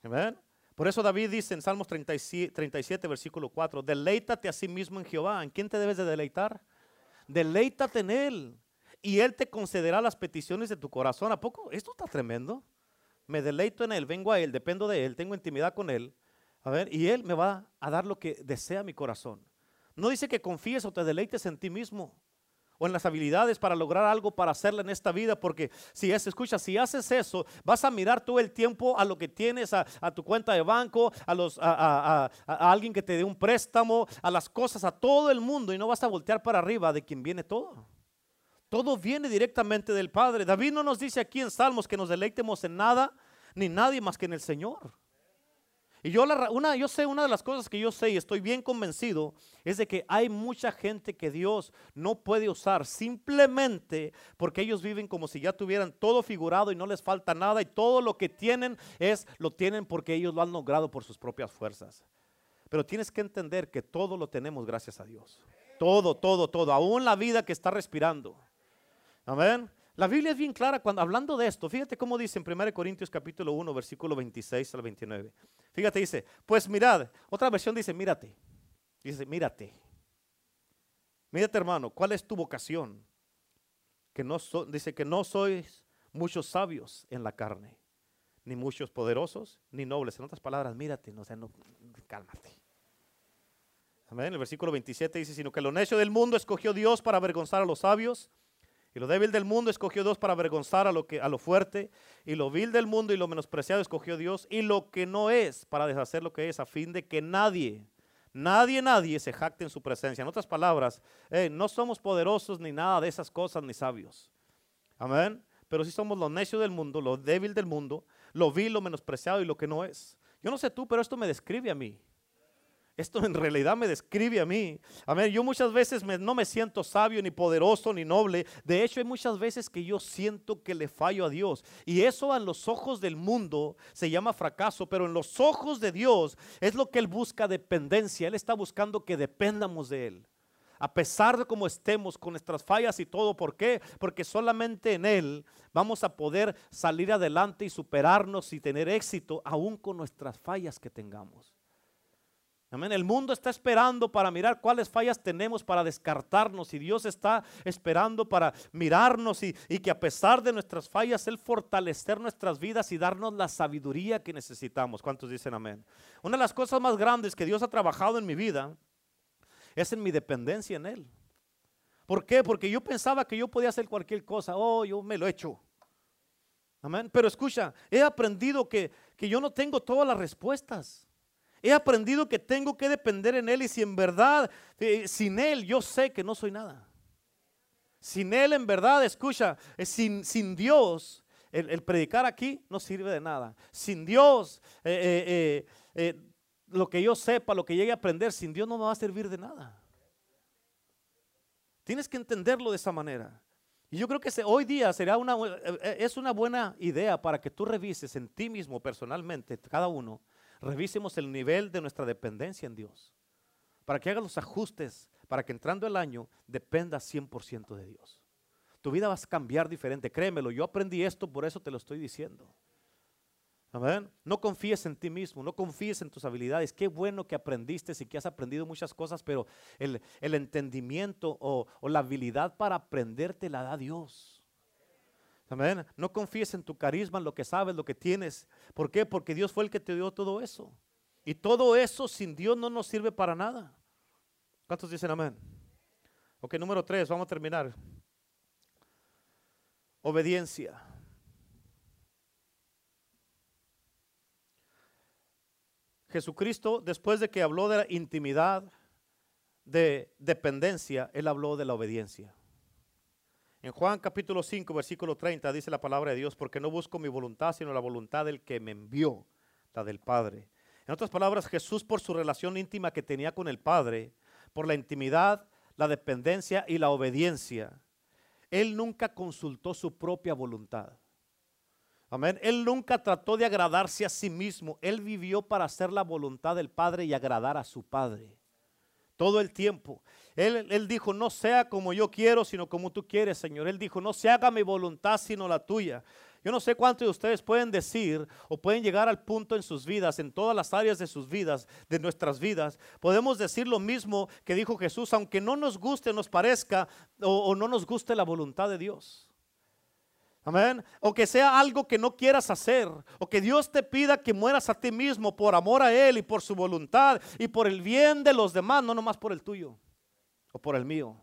Amén. Por eso David dice en Salmos 37, versículo 4, deleítate a sí mismo en Jehová. ¿En quién te debes de deleitar? Deleítate en Él y Él te concederá las peticiones de tu corazón. ¿A poco? Esto está tremendo. Me deleito en Él, vengo a Él, dependo de Él, tengo intimidad con Él. A ver, y Él me va a dar lo que desea mi corazón. No dice que confíes o te deleites en ti mismo o en las habilidades para lograr algo, para hacerla en esta vida, porque si haces eso, vas a mirar todo el tiempo a lo que tienes, a tu cuenta de banco, a alguien que te dé un préstamo, a las cosas, a todo el mundo, y no vas a voltear para arriba de quien viene todo. Todo viene directamente del Padre. David no nos dice aquí en Salmos que nos deleitemos en nada ni nadie más que en el Señor. Y yo sé, una de las cosas que yo sé y estoy bien convencido es de que hay mucha gente que Dios no puede usar simplemente porque ellos viven como si ya tuvieran todo figurado y no les falta nada, y todo lo que tienen lo tienen porque ellos lo han logrado por sus propias fuerzas. Pero tienes que entender que todo lo tenemos gracias a Dios. Todo, todo, todo, aún la vida que está respirando. Amén. La Biblia es bien clara cuando hablando de esto. Fíjate cómo dice en 1 Corintios capítulo 1, versículo 26 al 29. Fíjate, dice, pues mirad. Otra versión dice, mírate. Dice, mírate. Mírate, hermano, ¿cuál es tu vocación? Dice que no sois muchos sabios en la carne, ni muchos poderosos, ni nobles. En otras palabras, mírate, no, cálmate. Amén. El versículo 27 dice, sino que lo necio del mundo escogió Dios para avergonzar a los sabios. Y lo débil del mundo escogió Dios para avergonzar a lo fuerte. Y lo vil del mundo y lo menospreciado escogió Dios. Y lo que no es para deshacer lo que es, a fin de que nadie se jacte en su presencia. En otras palabras, no somos poderosos ni nada de esas cosas ni sabios. Amén. Pero sí somos lo necio del mundo, lo débil del mundo, lo vil, lo menospreciado y lo que no es. Yo no sé tú, pero esto me describe a mí. Esto en realidad me describe a mí. Amén. Yo muchas veces no me siento sabio, ni poderoso, ni noble. De hecho, hay muchas veces que yo siento que le fallo a Dios. Y eso en los ojos del mundo se llama fracaso. Pero en los ojos de Dios es lo que Él busca, dependencia. Él está buscando que dependamos de Él. A pesar de cómo estemos con nuestras fallas y todo. ¿Por qué? Porque solamente en Él vamos a poder salir adelante y superarnos y tener éxito aún con nuestras fallas que tengamos. Amén. El mundo está esperando para mirar cuáles fallas tenemos para descartarnos, y Dios está esperando para mirarnos y que a pesar de nuestras fallas Él fortalecer nuestras vidas y darnos la sabiduría que necesitamos. ¿Cuántos dicen amén? Una de las cosas más grandes que Dios ha trabajado en mi vida es en mi dependencia en Él. ¿Por qué? Porque yo pensaba que yo podía hacer cualquier cosa. Yo me lo he hecho. Amén. Pero escucha, he aprendido que yo no tengo todas las respuestas. He aprendido que tengo que depender en Él, y si en verdad, sin Él yo sé que no soy nada. Sin Él en verdad, escucha, sin Dios, el predicar aquí no sirve de nada. Sin Dios, lo que yo sepa, lo que llegue a aprender, sin Dios no me va a servir de nada. Tienes que entenderlo de esa manera. Y yo creo que hoy día es una buena idea para que tú revises en ti mismo personalmente, cada uno. Revisemos el nivel de nuestra dependencia en Dios, para que hagas los ajustes, para que entrando el año dependas 100% de Dios. Tu vida va a cambiar diferente, créemelo. Yo aprendí esto, por eso te lo estoy diciendo. Amén. No confíes en ti mismo, no confíes en tus habilidades. Qué bueno que aprendiste y que has aprendido muchas cosas, pero el entendimiento o la habilidad para aprender te la da Dios. Amén. No confíes en tu carisma, en lo que sabes, lo que tienes. ¿Por qué? Porque Dios fue el que te dio todo eso. Y todo eso sin Dios no nos sirve para nada. ¿Cuántos dicen amén? Ok, número 3, vamos a terminar. Obediencia. Jesucristo, después de que habló de la intimidad, de dependencia, Él habló de la obediencia. En Juan capítulo 5, versículo 30 dice la palabra de Dios, porque no busco mi voluntad, sino la voluntad del que me envió, la del Padre. En otras palabras, Jesús, por su relación íntima que tenía con el Padre, por la intimidad, la dependencia y la obediencia, Él nunca consultó su propia voluntad. Amén. Él nunca trató de agradarse a sí mismo. Él vivió para hacer la voluntad del Padre y agradar a su Padre. Todo el tiempo. Él dijo, no sea como yo quiero, sino como tú quieres, Señor. Él dijo, no se haga mi voluntad, sino la tuya. Yo no sé cuántos de ustedes pueden decir o pueden llegar al punto en sus vidas, en todas las áreas de sus vidas, de nuestras vidas. Podemos decir lo mismo que dijo Jesús, aunque no nos guste, nos parezca o no nos guste la voluntad de Dios. Amén. O que sea algo que no quieras hacer, o que Dios te pida que mueras a ti mismo por amor a Él y por su voluntad y por el bien de los demás, no nomás por el tuyo o por el mío.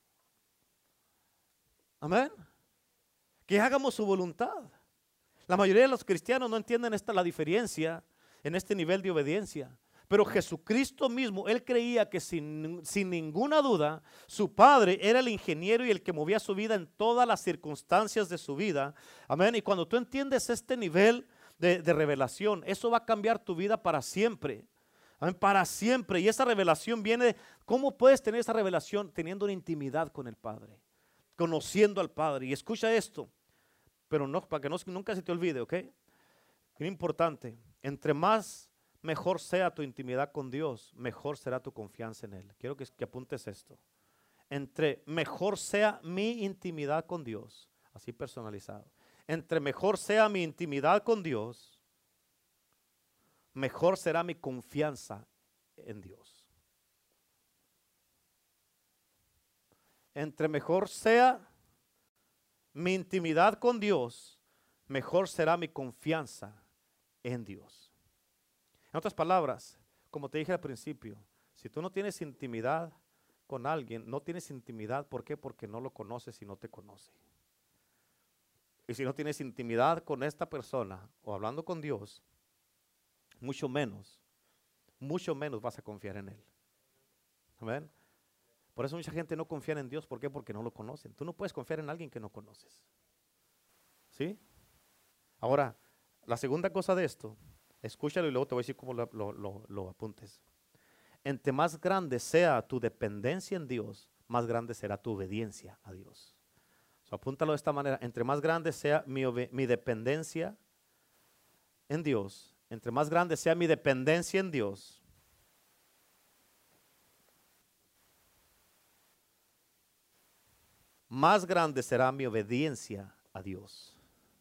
Amén. Que hagamos su voluntad. La mayoría de los cristianos no entienden la diferencia en este nivel de obediencia. Pero Jesucristo mismo, Él creía que sin ninguna duda, su Padre era el ingeniero y el que movía su vida en todas las circunstancias de su vida. Amén. Y cuando tú entiendes este nivel de revelación, eso va a cambiar tu vida para siempre. Amén, para siempre. Y esa revelación viene, ¿cómo puedes tener esa revelación? Teniendo una intimidad con el Padre, conociendo al Padre. Y escucha esto, pero no, para que nunca se te olvide, ¿ok? Qué importante. Entre más mejor sea tu intimidad con Dios, mejor será tu confianza en Él. Quiero que apuntes esto. Entre mejor sea mi intimidad con Dios, así personalizado. Entre mejor sea mi intimidad con Dios, mejor será mi confianza en Dios. Entre mejor sea mi intimidad con Dios, mejor será mi confianza en Dios. En otras palabras, como te dije al principio, si tú no tienes intimidad con alguien, no tienes intimidad, ¿por qué? Porque no lo conoces y no te conoce. Y si no tienes intimidad con esta persona o hablando con Dios, mucho menos vas a confiar en Él. Amén. Por eso mucha gente no confía en Dios. ¿Por qué? Porque no lo conocen. Tú no puedes confiar en alguien que no conoces. ¿Sí? Ahora, la segunda cosa de esto, escúchalo y luego te voy a decir cómo lo apuntes. Entre más grande sea tu dependencia en Dios, más grande será tu obediencia a Dios. Apúntalo de esta manera. Entre más grande sea mi dependencia en Dios, entre más grande sea mi dependencia en Dios, más grande será mi obediencia a Dios.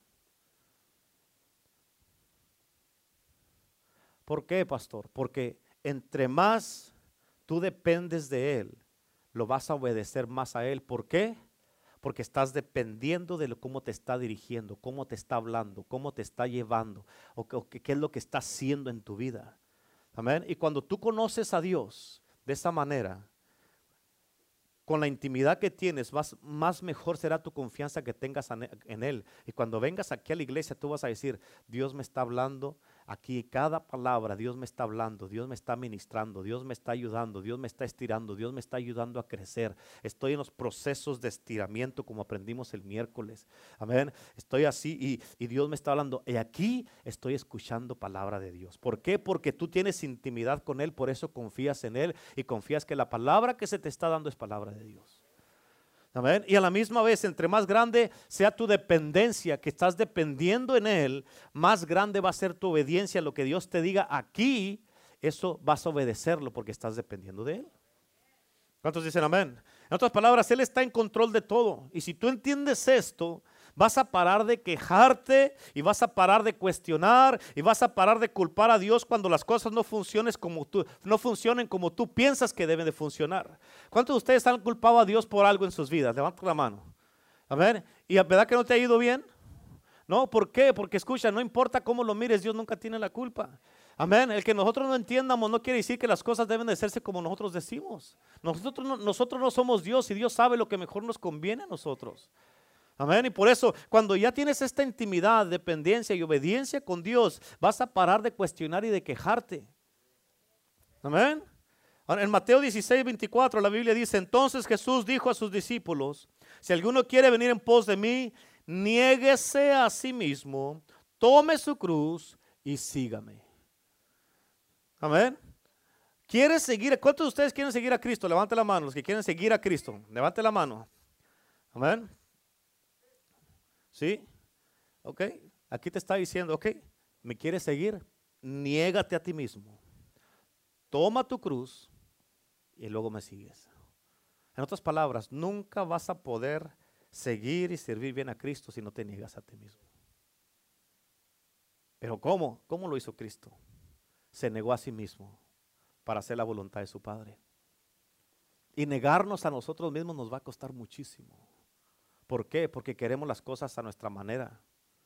¿Por qué, pastor? Porque entre más tú dependes de Él, lo vas a obedecer más a Él. ¿Por qué? Porque estás dependiendo de cómo te está dirigiendo, cómo te está hablando, cómo te está llevando, o qué es lo que está haciendo en tu vida. Amén. Y cuando tú conoces a Dios de esa manera, con la intimidad que tienes, más mejor será tu confianza que tengas en Él. Y cuando vengas aquí a la iglesia, tú vas a decir, Dios me está hablando. Aquí cada palabra, Dios me está hablando, Dios me está ministrando, Dios me está ayudando, Dios me está estirando, Dios me está ayudando a crecer. Estoy en los procesos de estiramiento como aprendimos el miércoles. Amén. Estoy así y Dios me está hablando. Y aquí estoy escuchando palabra de Dios. ¿Por qué? Porque tú tienes intimidad con Él, por eso confías en Él y confías que la palabra que se te está dando es palabra de Dios. Amén. Y a la misma vez, entre más grande sea tu dependencia, que estás dependiendo en Él, más grande va a ser tu obediencia a lo que Dios te diga aquí. Eso vas a obedecerlo porque estás dependiendo de Él. ¿Cuántos dicen amén? En otras palabras, Él está en control de todo. Y si tú entiendes esto, vas a parar de quejarte y vas a parar de cuestionar y vas a parar de culpar a Dios cuando las cosas no funcionen como tú piensas que deben de funcionar. ¿Cuántos de ustedes han culpado a Dios por algo en sus vidas? Levanta la mano. A ver, ¿y a verdad que no te ha ido bien? No, ¿por qué? Porque escucha, no importa cómo lo mires, Dios nunca tiene la culpa. Amén. El que nosotros no entiendamos no quiere decir que las cosas deben de hacerse como nosotros decimos. Nosotros no somos Dios y Dios sabe lo que mejor nos conviene a nosotros. Amén. Y por eso, cuando ya tienes esta intimidad, dependencia y obediencia con Dios, vas a parar de cuestionar y de quejarte. Amén. En Mateo 16:24 la Biblia dice, entonces Jesús dijo a sus discípulos, si alguno quiere venir en pos de mí, niéguese a sí mismo, tome su cruz y sígame. Amén. ¿Quieres seguir? ¿Cuántos de ustedes quieren seguir a Cristo? Levante la mano. Los que quieren seguir a Cristo, levante la mano. Amén. ¿Sí? Ok. Aquí te está diciendo, ok, ¿me quieres seguir? Niégate a ti mismo. Toma tu cruz y luego me sigues. En otras palabras, nunca vas a poder seguir y servir bien a Cristo si no te niegas a ti mismo. Pero ¿cómo? ¿Cómo lo hizo Cristo? Se negó a sí mismo para hacer la voluntad de su Padre. Y negarnos a nosotros mismos nos va a costar muchísimo. ¿Por qué? Porque queremos las cosas a nuestra manera.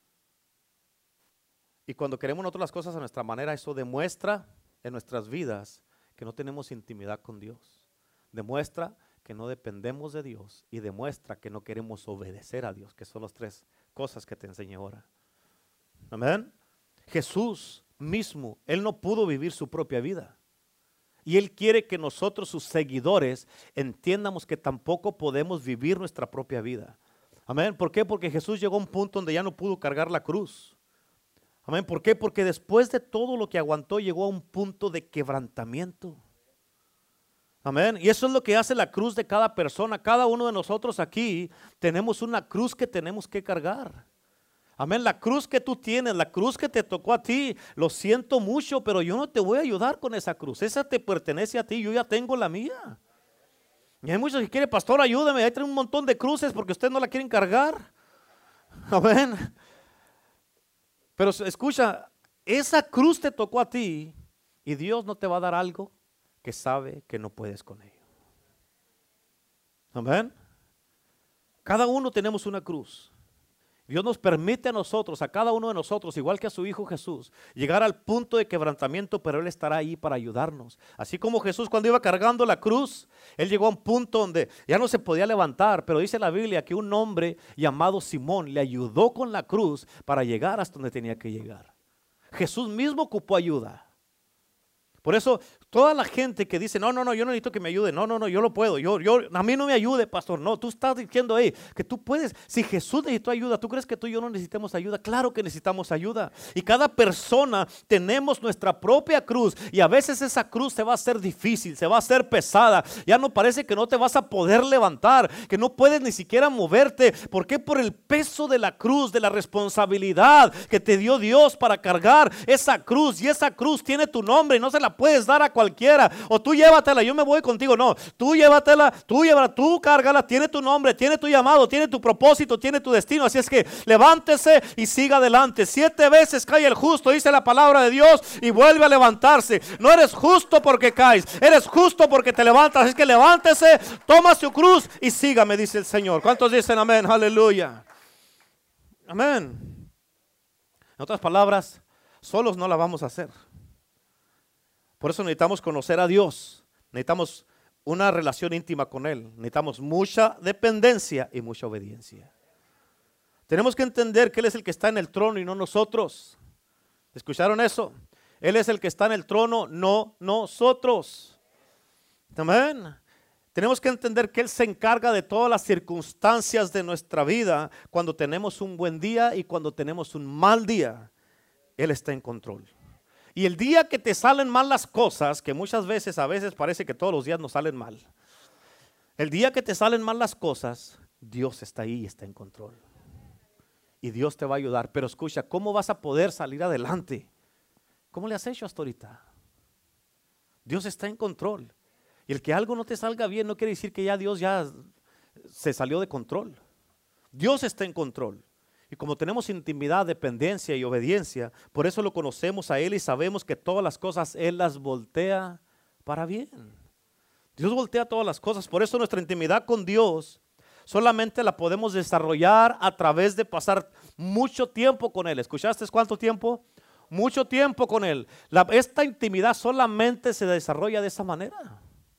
Y cuando queremos nosotros las cosas a nuestra manera, eso demuestra en nuestras vidas que no tenemos intimidad con Dios. Demuestra que no dependemos de Dios y demuestra que no queremos obedecer a Dios, que son las tres cosas que te enseñé ahora. Amén. Jesús mismo, Él no pudo vivir su propia vida. Y Él quiere que nosotros, sus seguidores, entiendamos que tampoco podemos vivir nuestra propia vida. Amén. ¿Por qué? Porque Jesús llegó a un punto donde ya no pudo cargar la cruz. Amén. ¿Por qué? Porque después de todo lo que aguantó, llegó a un punto de quebrantamiento. Amén. Y eso es lo que hace la cruz de cada persona. Cada uno de nosotros aquí tenemos una cruz que tenemos que cargar. Amén. La cruz que tú tienes, la cruz que te tocó a ti, lo siento mucho, pero yo no te voy a ayudar con esa cruz. Esa te pertenece a ti, yo ya tengo la mía. Y hay muchos que quieren, pastor, ayúdame, ahí trae un montón de cruces porque ustedes no la quieren cargar. Amén. Pero escucha, esa cruz te tocó a ti y Dios no te va a dar algo que sabe que no puedes con ello. Amén. Cada uno tenemos una cruz. Dios nos permite a nosotros, a cada uno de nosotros, igual que a su Hijo Jesús, llegar al punto de quebrantamiento, pero Él estará ahí para ayudarnos. Así como Jesús cuando iba cargando la cruz, Él llegó a un punto donde ya no se podía levantar, pero dice la Biblia que un hombre llamado Simón le ayudó con la cruz para llegar hasta donde tenía que llegar. Jesús mismo ocupó ayuda. Por eso, toda la gente que dice, no, yo no necesito que me ayude, no, yo lo puedo, a mí no me ayude, pastor, no, tú estás diciendo ahí que tú puedes, si Jesús necesitó ayuda, ¿tú crees que tú y yo no necesitamos ayuda? Claro que necesitamos ayuda, y cada persona tenemos nuestra propia cruz, y a veces esa cruz se va a hacer difícil, se va a hacer pesada, ya no parece que no te vas a poder levantar, que no puedes ni siquiera moverte. ¿Por qué? Por el peso de la cruz, de la responsabilidad que te dio Dios para cargar esa cruz, y esa cruz tiene tu nombre y no se la puedes dar a cualquiera, o tú llévatela, yo me voy contigo, no, tú llévatela, tú cárgala, tiene tu nombre, tiene tu llamado, tiene tu propósito, tiene tu destino. Así es que levántese y siga adelante. 7 veces cae el justo, dice la palabra de Dios, y vuelve a levantarse. No eres justo porque caes, eres justo porque te levantas. Así es que levántese, toma su cruz y sígame, dice el Señor. ¿Cuántos dicen amén? Aleluya. Amén. En otras palabras, solos no la vamos a hacer. Por eso necesitamos conocer a Dios, necesitamos una relación íntima con Él, necesitamos mucha dependencia y mucha obediencia. Tenemos que entender que Él es el que está en el trono y no nosotros. ¿Escucharon eso? Él es el que está en el trono, no nosotros. Amén. Tenemos que entender que Él se encarga de todas las circunstancias de nuestra vida. Cuando tenemos un buen día y cuando tenemos un mal día, Él está en control. Y el día que te salen mal las cosas, que muchas veces, a veces parece que todos los días nos salen mal. El día que te salen mal las cosas, Dios está ahí y está en control. Y Dios te va a ayudar. Pero escucha, ¿cómo vas a poder salir adelante? ¿Cómo le has hecho hasta ahorita? Dios está en control. Y el que algo no te salga bien no quiere decir que ya Dios ya se salió de control. Dios está en control. Y como tenemos intimidad, dependencia y obediencia, por eso lo conocemos a Él y sabemos que todas las cosas Él las voltea para bien. Dios voltea todas las cosas. Por eso nuestra intimidad con Dios solamente la podemos desarrollar a través de pasar mucho tiempo con Él. ¿Escuchaste cuánto tiempo? Mucho tiempo con Él. Esta intimidad solamente se desarrolla de esa manera.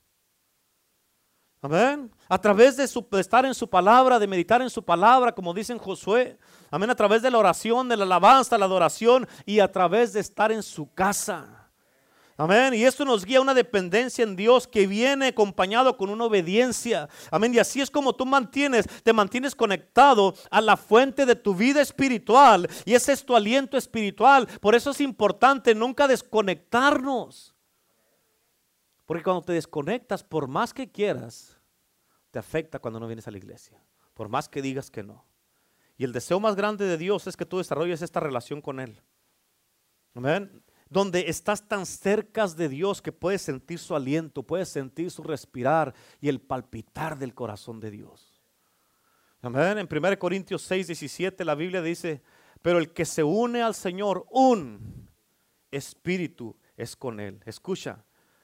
Amén. A través de estar en su palabra, de meditar en su palabra, como dice en Josué. Amén. A través de la oración, de la alabanza, la adoración y a través de estar en su casa. Amén. Y esto nos guía a una dependencia en Dios que viene acompañado con una obediencia. Amén. Y así es como tú te mantienes conectado a la fuente de tu vida espiritual. Y ese es tu aliento espiritual. Por eso es importante nunca desconectarnos. Porque cuando te desconectas, por más que quieras, te afecta cuando no vienes a la iglesia. Por más que digas que no. Y el deseo más grande de Dios es que tú desarrolles esta relación con Él. Amén. Donde estás tan cerca de Dios que puedes sentir su aliento, puedes sentir su respirar y el palpitar del corazón de Dios. Amén. En 1 Corintios 6:17 la Biblia dice: Pero el que se une al Señor, un espíritu es con Él. Escucha,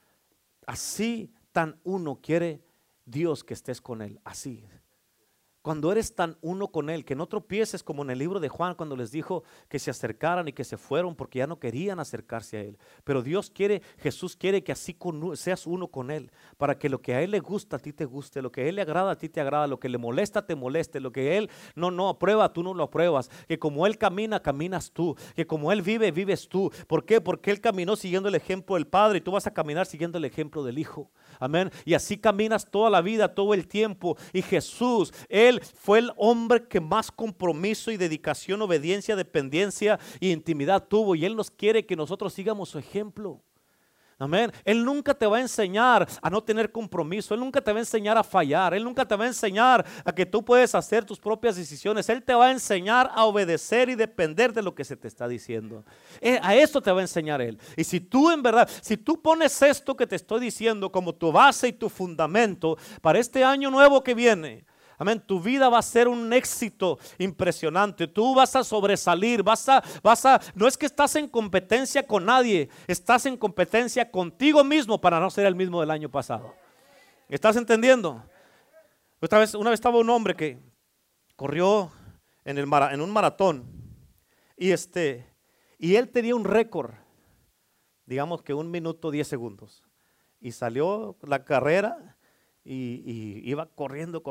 así tan uno quiere Dios que estés con Él, así. Cuando eres tan uno con Él, que no tropieces como en el libro de Juan cuando les dijo que se acercaran y que se fueron porque ya no querían acercarse a Él. Pero Dios quiere, Jesús quiere que así seas uno con Él, para que lo que a Él le gusta a ti te guste, lo que a Él le agrada a ti te agrada, lo que le molesta te moleste, lo que Él no aprueba, tú no lo apruebas, que como Él camina, caminas tú, que como Él vive, vives tú. ¿Por qué? Porque Él caminó siguiendo el ejemplo del Padre y tú vas a caminar siguiendo el ejemplo del Hijo. Amén. Y así caminas toda la vida, todo el tiempo. Y Jesús, Él fue el hombre que más compromiso y dedicación, obediencia, dependencia y intimidad tuvo. Y Él nos quiere que nosotros sigamos su ejemplo. Amén. Él nunca te va a enseñar a no tener compromiso. Él nunca te va a enseñar a fallar. Él nunca te va a enseñar a que tú puedes hacer tus propias decisiones. Él te va a enseñar a obedecer y depender de lo que se te está diciendo. A esto te va a enseñar Él. Y si tú en verdad, si tú pones esto que te estoy diciendo como tu base y tu fundamento para este año nuevo que viene, amén, tu vida va a ser un éxito impresionante. Tú vas a sobresalir, no es que estás en competencia con nadie, estás en competencia contigo mismo para no ser el mismo del año pasado. ¿Estás entendiendo? Una vez estaba un hombre que corrió en un maratón y él tenía un récord, digamos que 1 minuto 10 segundos, y salió la carrera. Y iba corriendo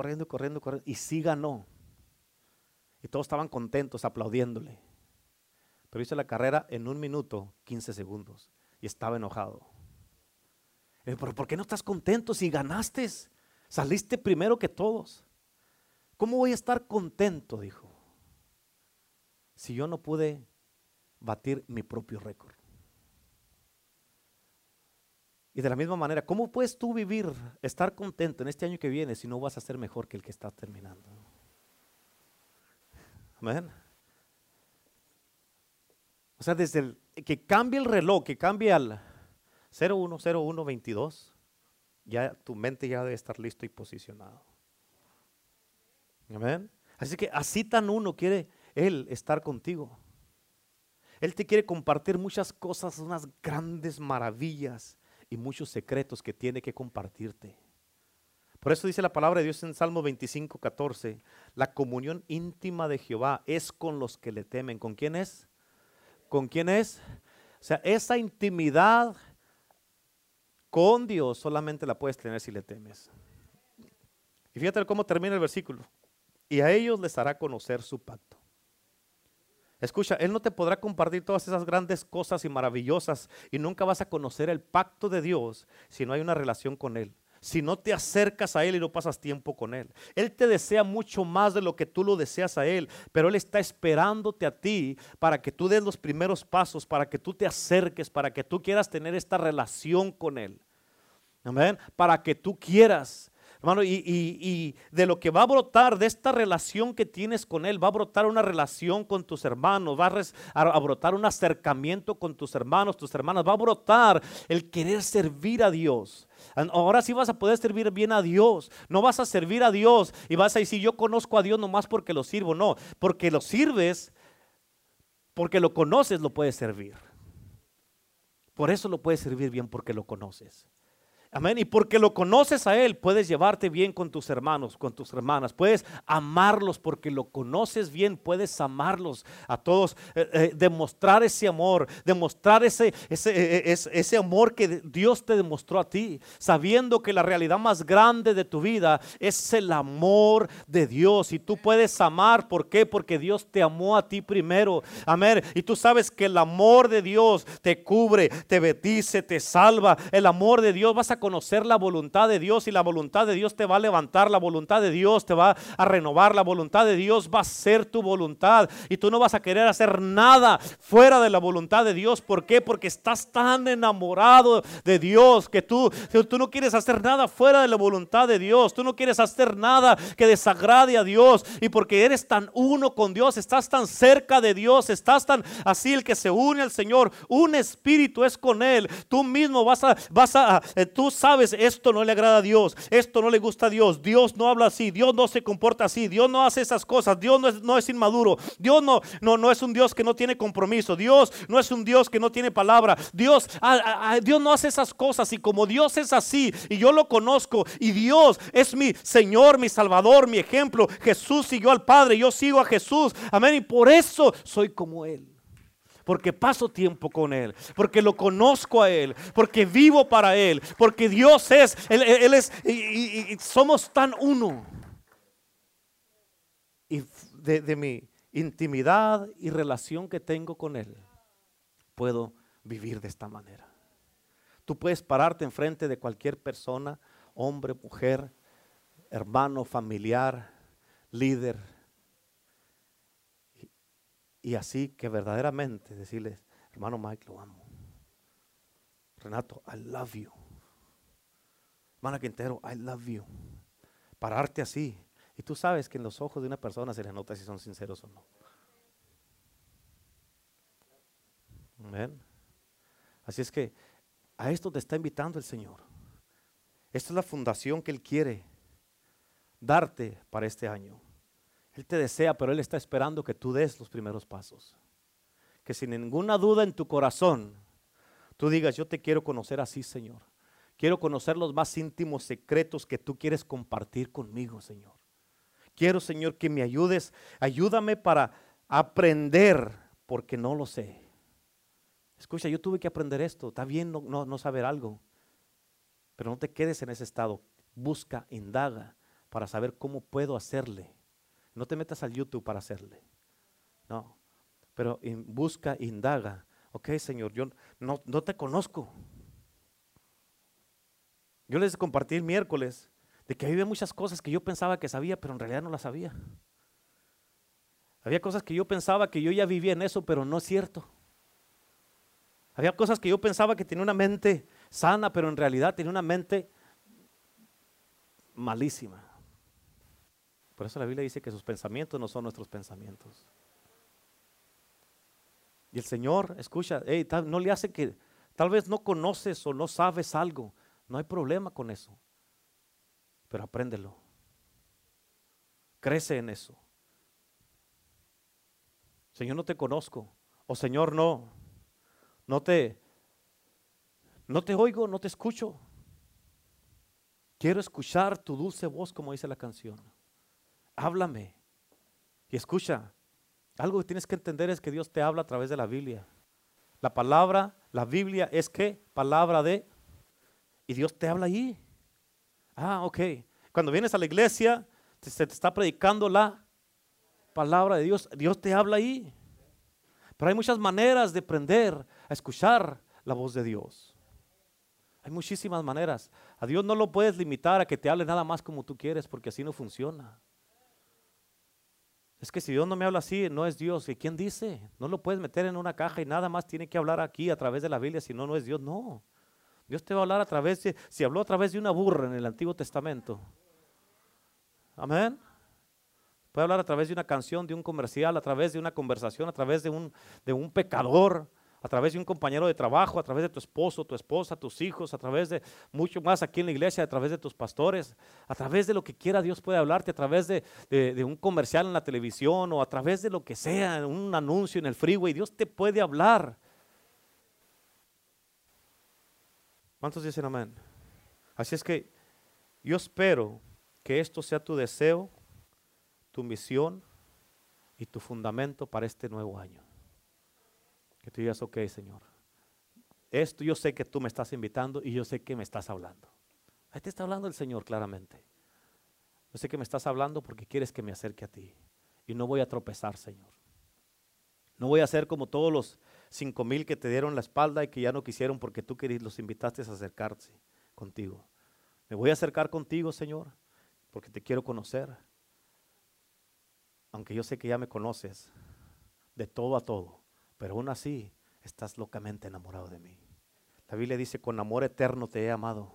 y sí ganó. Y todos estaban contentos aplaudiéndole. Pero hizo la carrera en 1 minuto 15 segundos y estaba enojado. Pero ¿por qué no estás contento si ganaste? Saliste primero que todos. ¿Cómo voy a estar contento? Dijo, si yo no pude batir mi propio récord. Y de la misma manera, ¿cómo puedes tú vivir, estar contento en este año que viene si no vas a ser mejor que el que está terminando? Amén. O sea, desde el que cambie el reloj, que cambie al 010122, ya tu mente ya debe estar listo y posicionado. Amén. Así que así tan uno quiere Él estar contigo. Él te quiere compartir muchas cosas, unas grandes maravillas y muchos secretos que tiene que compartirte. Por eso dice la palabra de Dios en Salmo 25:14, la comunión íntima de Jehová es con los que le temen. ¿Con quién es? ¿Con quién es? O sea, esa intimidad con Dios solamente la puedes tener si le temes. Y fíjate cómo termina el versículo. Y a ellos les hará conocer su pacto. Escucha, Él no te podrá compartir todas esas grandes cosas y maravillosas y nunca vas a conocer el pacto de Dios si no hay una relación con Él. Si no te acercas a Él y no pasas tiempo con Él. Él te desea mucho más de lo que tú lo deseas a Él, pero Él está esperándote a ti para que tú des los primeros pasos, para que tú te acerques, para que tú quieras tener esta relación con Él. Amén. Para que tú quieras. Hermano, y de lo que va a brotar de esta relación que tienes con Él, va a brotar una relación con tus hermanos, va a brotar un acercamiento con tus hermanos, tus hermanas, va a brotar el querer servir a Dios. Ahora sí vas a poder servir bien a Dios. No vas a servir a Dios y vas a decir, yo conozco a Dios nomás porque lo sirvo. No, porque lo sirves, porque lo conoces, lo puedes servir. Por eso lo puedes servir bien, porque lo conoces. Amén. Y porque lo conoces a Él, puedes llevarte bien con tus hermanos, con tus hermanas. Puedes amarlos porque lo conoces bien. Puedes amarlos a todos. Demostrar ese amor. Demostrar ese amor que Dios te demostró a ti. Sabiendo que la realidad más grande de tu vida es el amor de Dios. Y tú puedes amar. ¿Por qué? Porque Dios te amó a ti primero. Amén. Y tú sabes que el amor de Dios te cubre, te bendice, te salva. El amor de Dios, vas a conocer la voluntad de Dios y la voluntad de Dios te va a levantar, la voluntad de Dios te va a renovar, la voluntad de Dios va a ser tu voluntad y tú no vas a querer hacer nada fuera de la voluntad de Dios. ¿Por qué? Porque estás tan enamorado de Dios que tú no quieres hacer nada fuera de la voluntad de Dios, tú no quieres hacer nada que desagrade a Dios, y porque eres tan uno con Dios, estás tan cerca de Dios, estás tan así, el que se une al Señor, un espíritu es con Él. Tú mismo tú sabes, esto no le agrada a Dios, esto no le gusta a Dios, Dios no habla así, Dios no se comporta así, Dios no hace esas cosas, Dios no es inmaduro, Dios no es un Dios que no tiene compromiso, Dios no es un Dios que no tiene palabra, Dios no hace esas cosas. Y como Dios es así y yo lo conozco y Dios es mi Señor, mi Salvador, mi ejemplo, Jesús siguió al Padre, yo sigo a Jesús, amén, y por eso soy como Él. Porque paso tiempo con Él, porque lo conozco a Él, porque vivo para Él, porque Dios es, Él es, y somos tan uno. Y de mi intimidad y relación que tengo con Él, puedo vivir de esta manera. Tú puedes pararte enfrente de cualquier persona, hombre, mujer, hermano, familiar, líder, y así que verdaderamente decirles: hermano Mike, lo amo. Renato, I love you. Hermana Quintero, I love you. Pararte así. Y tú sabes que en los ojos de una persona se les nota si son sinceros o no. Amén. Así es que a esto te está invitando el Señor. Esta es la fundación que Él quiere darte para este año. Él te desea, pero Él está esperando que tú des los primeros pasos. Que sin ninguna duda en tu corazón, tú digas: yo te quiero conocer así, Señor. Quiero conocer los más íntimos secretos que tú quieres compartir conmigo, Señor. Quiero, Señor, que me ayudes. Ayúdame para aprender, porque no lo sé. Escucha, yo tuve que aprender esto. Está bien no saber algo, pero no te quedes en ese estado. Busca, indaga para saber cómo puedo hacerle. No te metas al YouTube para hacerle. No, pero busca, indaga. Ok, Señor, yo no te conozco. Yo les compartí el miércoles de que había muchas cosas que yo pensaba que sabía, pero en realidad no las sabía. Había cosas que yo pensaba que yo ya vivía en eso, pero no es cierto. Había cosas que yo pensaba que tenía una mente sana, pero en realidad tenía una mente malísima. Por eso la Biblia dice que sus pensamientos no son nuestros pensamientos. Y el Señor, escucha, no le hace que, tal vez no conoces o no sabes algo, no hay problema con eso, pero apréndelo, crece en eso. Señor, no te conozco, o Señor, no te oigo, no te escucho. Quiero escuchar tu dulce voz, como dice la canción. Háblame. Y escucha, algo que tienes que entender es que Dios te habla a través de la Biblia. La palabra, la Biblia es ¿qué? Palabra de, y Dios te habla ahí. Ok. Cuando vienes a la iglesia, se te está predicando la palabra de Dios. Dios te habla ahí. Pero hay muchas maneras de aprender a escuchar la voz de Dios. Hay muchísimas maneras. A Dios no lo puedes limitar a que te hable nada más como tú quieres, porque así no funciona. Es que si Dios no me habla así, no es Dios. ¿Y quién dice? No lo puedes meter en una caja y nada más tiene que hablar aquí a través de la Biblia, si no, no es Dios. No. Dios te va a hablar a través de, si habló a través de una burra en el Antiguo Testamento. Amén. Puede hablar a través de una canción, de un comercial, a través de una conversación, a través de un pecador, a través de un compañero de trabajo, a través de tu esposo, tu esposa, tus hijos, a través de mucho más aquí en la iglesia, a través de tus pastores, a través de lo que quiera Dios puede hablarte, a través de un comercial en la televisión o a través de lo que sea, un anuncio en el freeway. Dios te puede hablar. ¿Cuántos dicen amén? Así es que yo espero que esto sea tu deseo, tu misión y tu fundamento para este nuevo año. Que tú digas: ok, Señor, esto yo sé que tú me estás invitando y yo sé que me estás hablando. Ahí te está hablando el Señor claramente. Yo sé que me estás hablando porque quieres que me acerque a ti. Y no voy a tropezar, Señor. No voy a ser como todos los 5,000 que te dieron la espalda y que ya no quisieron porque tú los invitaste a acercarse contigo. Me voy a acercar contigo, Señor, porque te quiero conocer. Aunque yo sé que ya me conoces de todo a todo, pero aún así estás locamente enamorado de mí. La Biblia dice: con amor eterno te he amado.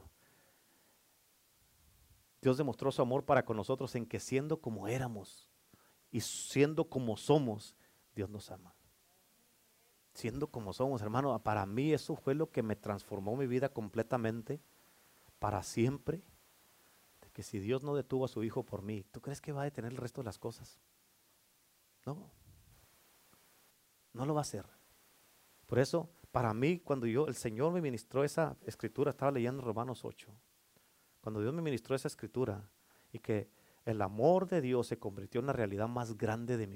Dios demostró su amor para con nosotros en que siendo como éramos y siendo como somos, Dios nos ama. Siendo como somos, hermano, para mí eso fue lo que me transformó mi vida completamente. para siempre, de que si Dios no detuvo a su Hijo por mí, ¿tú crees que va a detener el resto de las cosas? No, no lo va a hacer. Por eso, para mí, cuando el Señor me ministró esa escritura, estaba leyendo Romanos 8, cuando Dios me ministró esa escritura y que el amor de Dios se convirtió en la realidad más grande de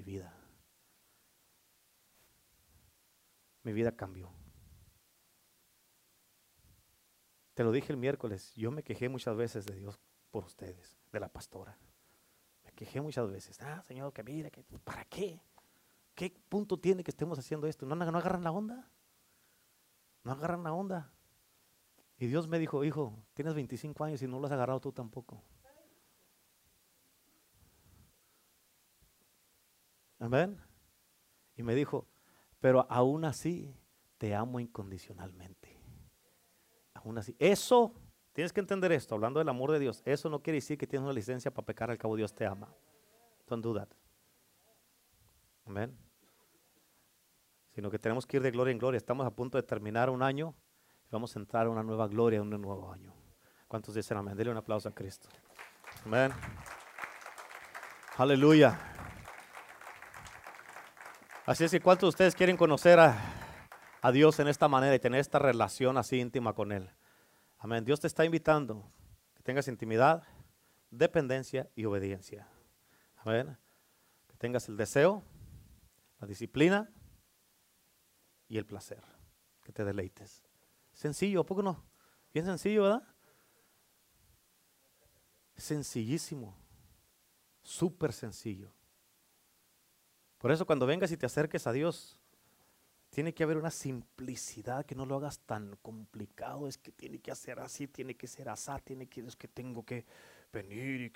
mi vida cambió. Te lo dije el miércoles, yo me quejé muchas veces de Dios por ustedes, de la pastora. Me quejé muchas veces. Señor, que mira, ¿para qué? ¿Qué punto tiene que estemos haciendo esto? ¿No agarran la onda? No agarran la onda. Y Dios me dijo, hijo, tienes 25 años y no lo has agarrado tú tampoco. Amén. Y me dijo, pero aún así te amo incondicionalmente. Aún así, eso, tienes que entender esto, hablando del amor de Dios, eso no quiere decir que tienes una licencia para pecar, al cabo Dios te ama. Don't do that. Amén. Sino que tenemos que ir de gloria en gloria. Estamos a punto de terminar un año y vamos a entrar a una nueva gloria, un nuevo año. ¿Cuántos dicen amén? Denle un aplauso a Cristo. Amén. Aleluya. Así es que ¿cuántos de ustedes quieren conocer a Dios en esta manera y tener esta relación así íntima con Él? Amén. Dios te está invitando que tengas intimidad, dependencia y obediencia. Amén. Que tengas el deseo, la disciplina y el placer. Que te deleites. Sencillo, ¿a poco no? Bien sencillo, ¿verdad? Sencillísimo. Súper sencillo. Por eso cuando vengas y te acerques a Dios, tiene que haber una simplicidad, que no lo hagas tan complicado. Es que tiene que hacer así, tiene que ser así, es que tengo que venir y...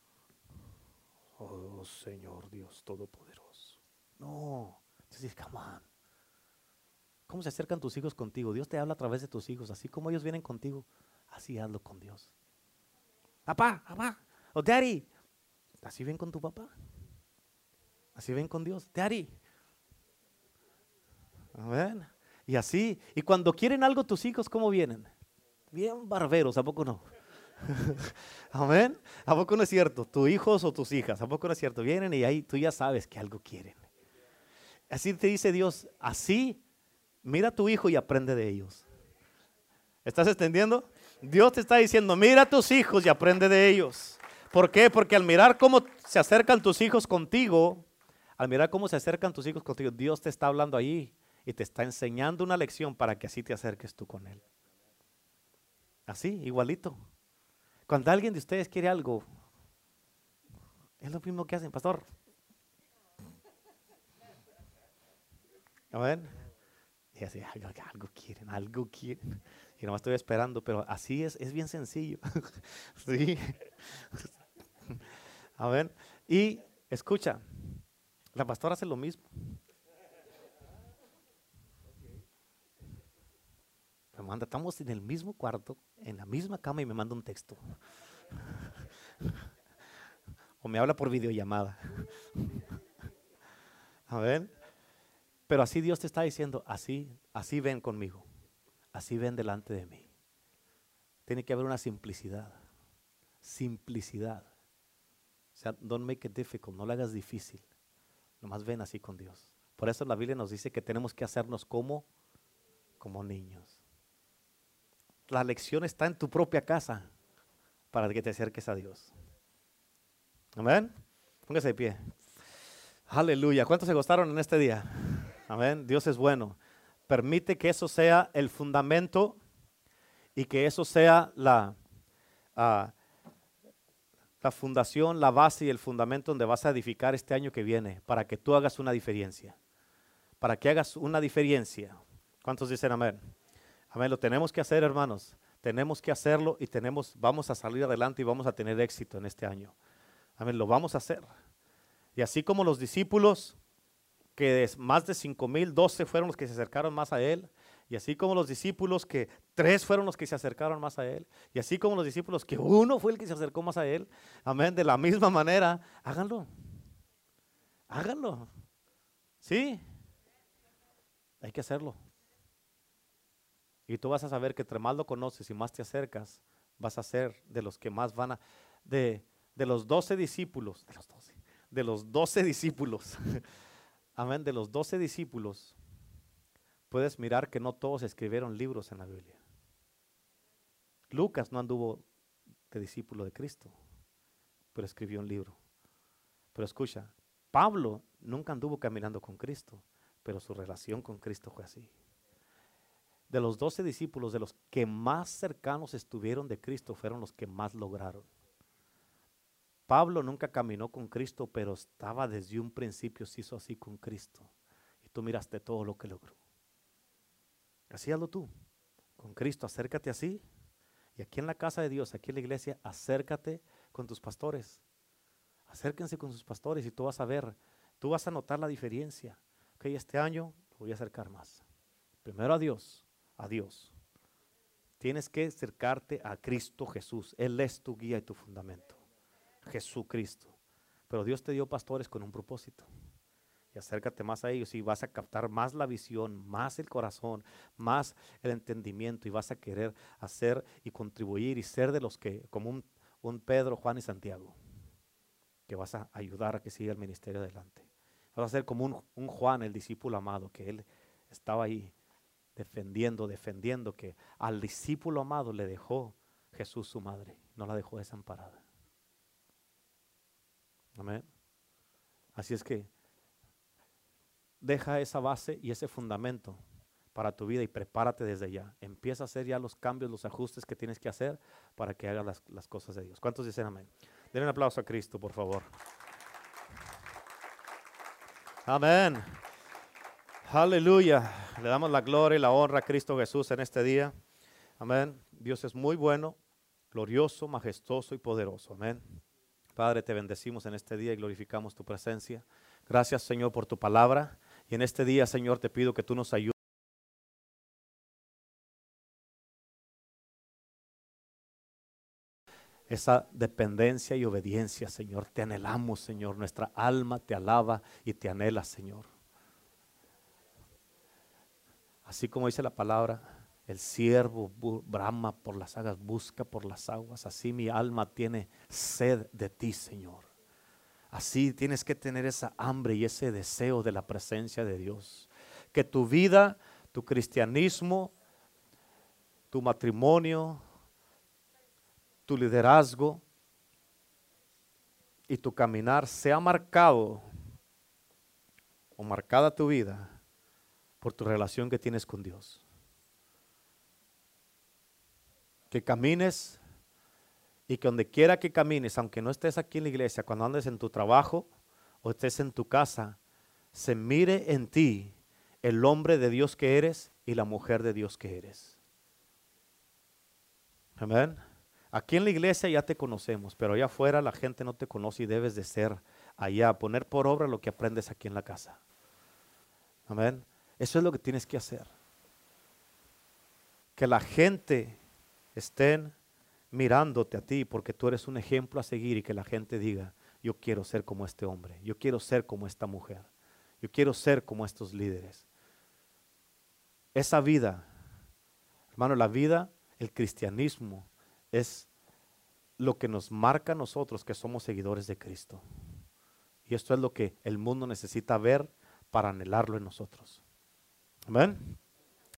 Oh Señor Dios Todopoderoso. No, entonces, come on. ¿Cómo se acercan tus hijos contigo? Dios te habla a través de tus hijos, así como ellos vienen contigo, así hazlo con Dios. Papá, o daddy, así ven con tu papá. Así ven con Dios, daddy. Amén. Y así, y cuando quieren algo tus hijos, ¿cómo vienen? Bien barberos, ¿a poco no? Amén. ¿A poco no es cierto? Tus hijos o tus hijas, ¿a poco no es cierto? Vienen y ahí tú ya sabes que algo quieren. Así te dice Dios, así mira a tu hijo y aprende de ellos. ¿Estás entendiendo? Dios te está diciendo, mira a tus hijos y aprende de ellos. ¿Por qué? Porque al mirar cómo se acercan tus hijos contigo, Dios te está hablando ahí y te está enseñando una lección para que así te acerques tú con Él. Así, igualito. Cuando alguien de ustedes quiere algo, es lo mismo que hacen, pastor. ¿Amén? Y así, algo quieren. Y nomás estoy esperando, pero así es bien sencillo. Sí. Amén. Y escucha, la pastora hace lo mismo. Me manda, estamos en el mismo cuarto, en la misma cama y me manda un texto. O me habla por videollamada. Amén. Pero así Dios te está diciendo, así ven conmigo, así ven delante de mí. Tiene que haber una simplicidad. O sea, don't make it difficult, no lo hagas difícil. Nomás ven así con Dios. Por eso la Biblia nos dice que tenemos que hacernos como niños. La lección está en tu propia casa para que te acerques a Dios. Amén. Póngase de pie. Aleluya. ¿Cuántos se gozaron en este día? Amén. Dios es bueno. Permite que eso sea el fundamento y que eso sea la fundación, la base y el fundamento donde vas a edificar este año que viene, para que tú hagas una diferencia. Para que hagas una diferencia. ¿Cuántos dicen amén? Amén, lo tenemos que hacer, hermanos. Tenemos que hacerlo y vamos a salir adelante y vamos a tener éxito en este año. Amén, lo vamos a hacer. Y así como los discípulos, que más de 5,000, 12 fueron los que se acercaron más a Él. Y así como los discípulos, que 3 fueron los que se acercaron más a Él. Y así como los discípulos, que 1 fue el que se acercó más a Él. Amén, de la misma manera, háganlo. Háganlo. Sí, hay que hacerlo. Y tú vas a saber que entre más lo conoces y más te acercas, vas a ser de los que más van a, de los 12 discípulos, de los 12 discípulos, amén, de los 12 discípulos, puedes mirar que no todos escribieron libros en la Biblia. Lucas no anduvo de discípulo de Cristo, pero escribió un libro. Pero escucha, Pablo nunca anduvo caminando con Cristo, pero su relación con Cristo fue así. De los 12 discípulos, de los que más cercanos estuvieron de Cristo, fueron los que más lograron. Pablo nunca caminó con Cristo, pero estaba desde un principio, se hizo así con Cristo. Y tú miraste todo lo que logró. Así hazlo tú, con Cristo, acércate así. Y aquí en la casa de Dios, aquí en la iglesia, acércate con tus pastores. Acérquense con sus pastores y tú vas a ver, tú vas a notar la diferencia. Ok, este año voy a acercar más. Primero a Dios, a Dios. Tienes que acercarte a Cristo Jesús. Él es tu guía y tu fundamento. Jesucristo. Pero Dios te dio pastores con un propósito. Y acércate más a ellos y vas a captar más la visión, más el corazón, más el entendimiento y vas a querer hacer y contribuir y ser de los que, como un Pedro, Juan y Santiago, que vas a ayudar a que siga el ministerio adelante. Vas a ser como un Juan, el discípulo amado, que él estaba ahí defendiendo que al discípulo amado le dejó Jesús su madre, no la dejó desamparada. Amén. Así es que deja esa base y ese fundamento para tu vida y prepárate desde ya. Empieza a hacer ya los cambios, los ajustes que tienes que hacer para que hagas las cosas de Dios. ¿Cuántos dicen amén? Denle un aplauso a Cristo, por favor. Amén. Aleluya. Le damos la gloria y la honra a Cristo Jesús en este día. Amén. Dios es muy bueno, glorioso, majestuoso y poderoso. Amén. Padre, te bendecimos en este día y glorificamos tu presencia. Gracias, Señor, por tu palabra. Y en este día, Señor, te pido que tú nos ayudes. Esa dependencia y obediencia, Señor, te anhelamos, Señor. Nuestra alma te alaba y te anhela, Señor. Así como dice la palabra, el siervo brama por las aguas, busca por las aguas. Así mi alma tiene sed de ti, Señor. Así tienes que tener esa hambre y ese deseo de la presencia de Dios. Que tu vida, tu cristianismo, tu matrimonio, tu liderazgo y tu caminar sea marcado o marcada tu vida por tu relación que tienes con Dios. Que camines y que donde quiera que camines, aunque no estés aquí en la iglesia, cuando andes en tu trabajo o estés en tu casa, se mire en ti el hombre de Dios que eres y la mujer de Dios que eres. Amén. Aquí en la iglesia ya te conocemos, pero allá afuera la gente no te conoce y debes de ser allá, poner por obra lo que aprendes aquí en la casa. Amén. Eso es lo que tienes que hacer. Que la gente estén mirándote a ti porque tú eres un ejemplo a seguir y que la gente diga, yo quiero ser como este hombre, yo quiero ser como esta mujer, yo quiero ser como estos líderes. Esa vida, hermano, la vida, el cristianismo es lo que nos marca a nosotros que somos seguidores de Cristo. Y esto es lo que el mundo necesita ver para anhelarlo en nosotros. Amén.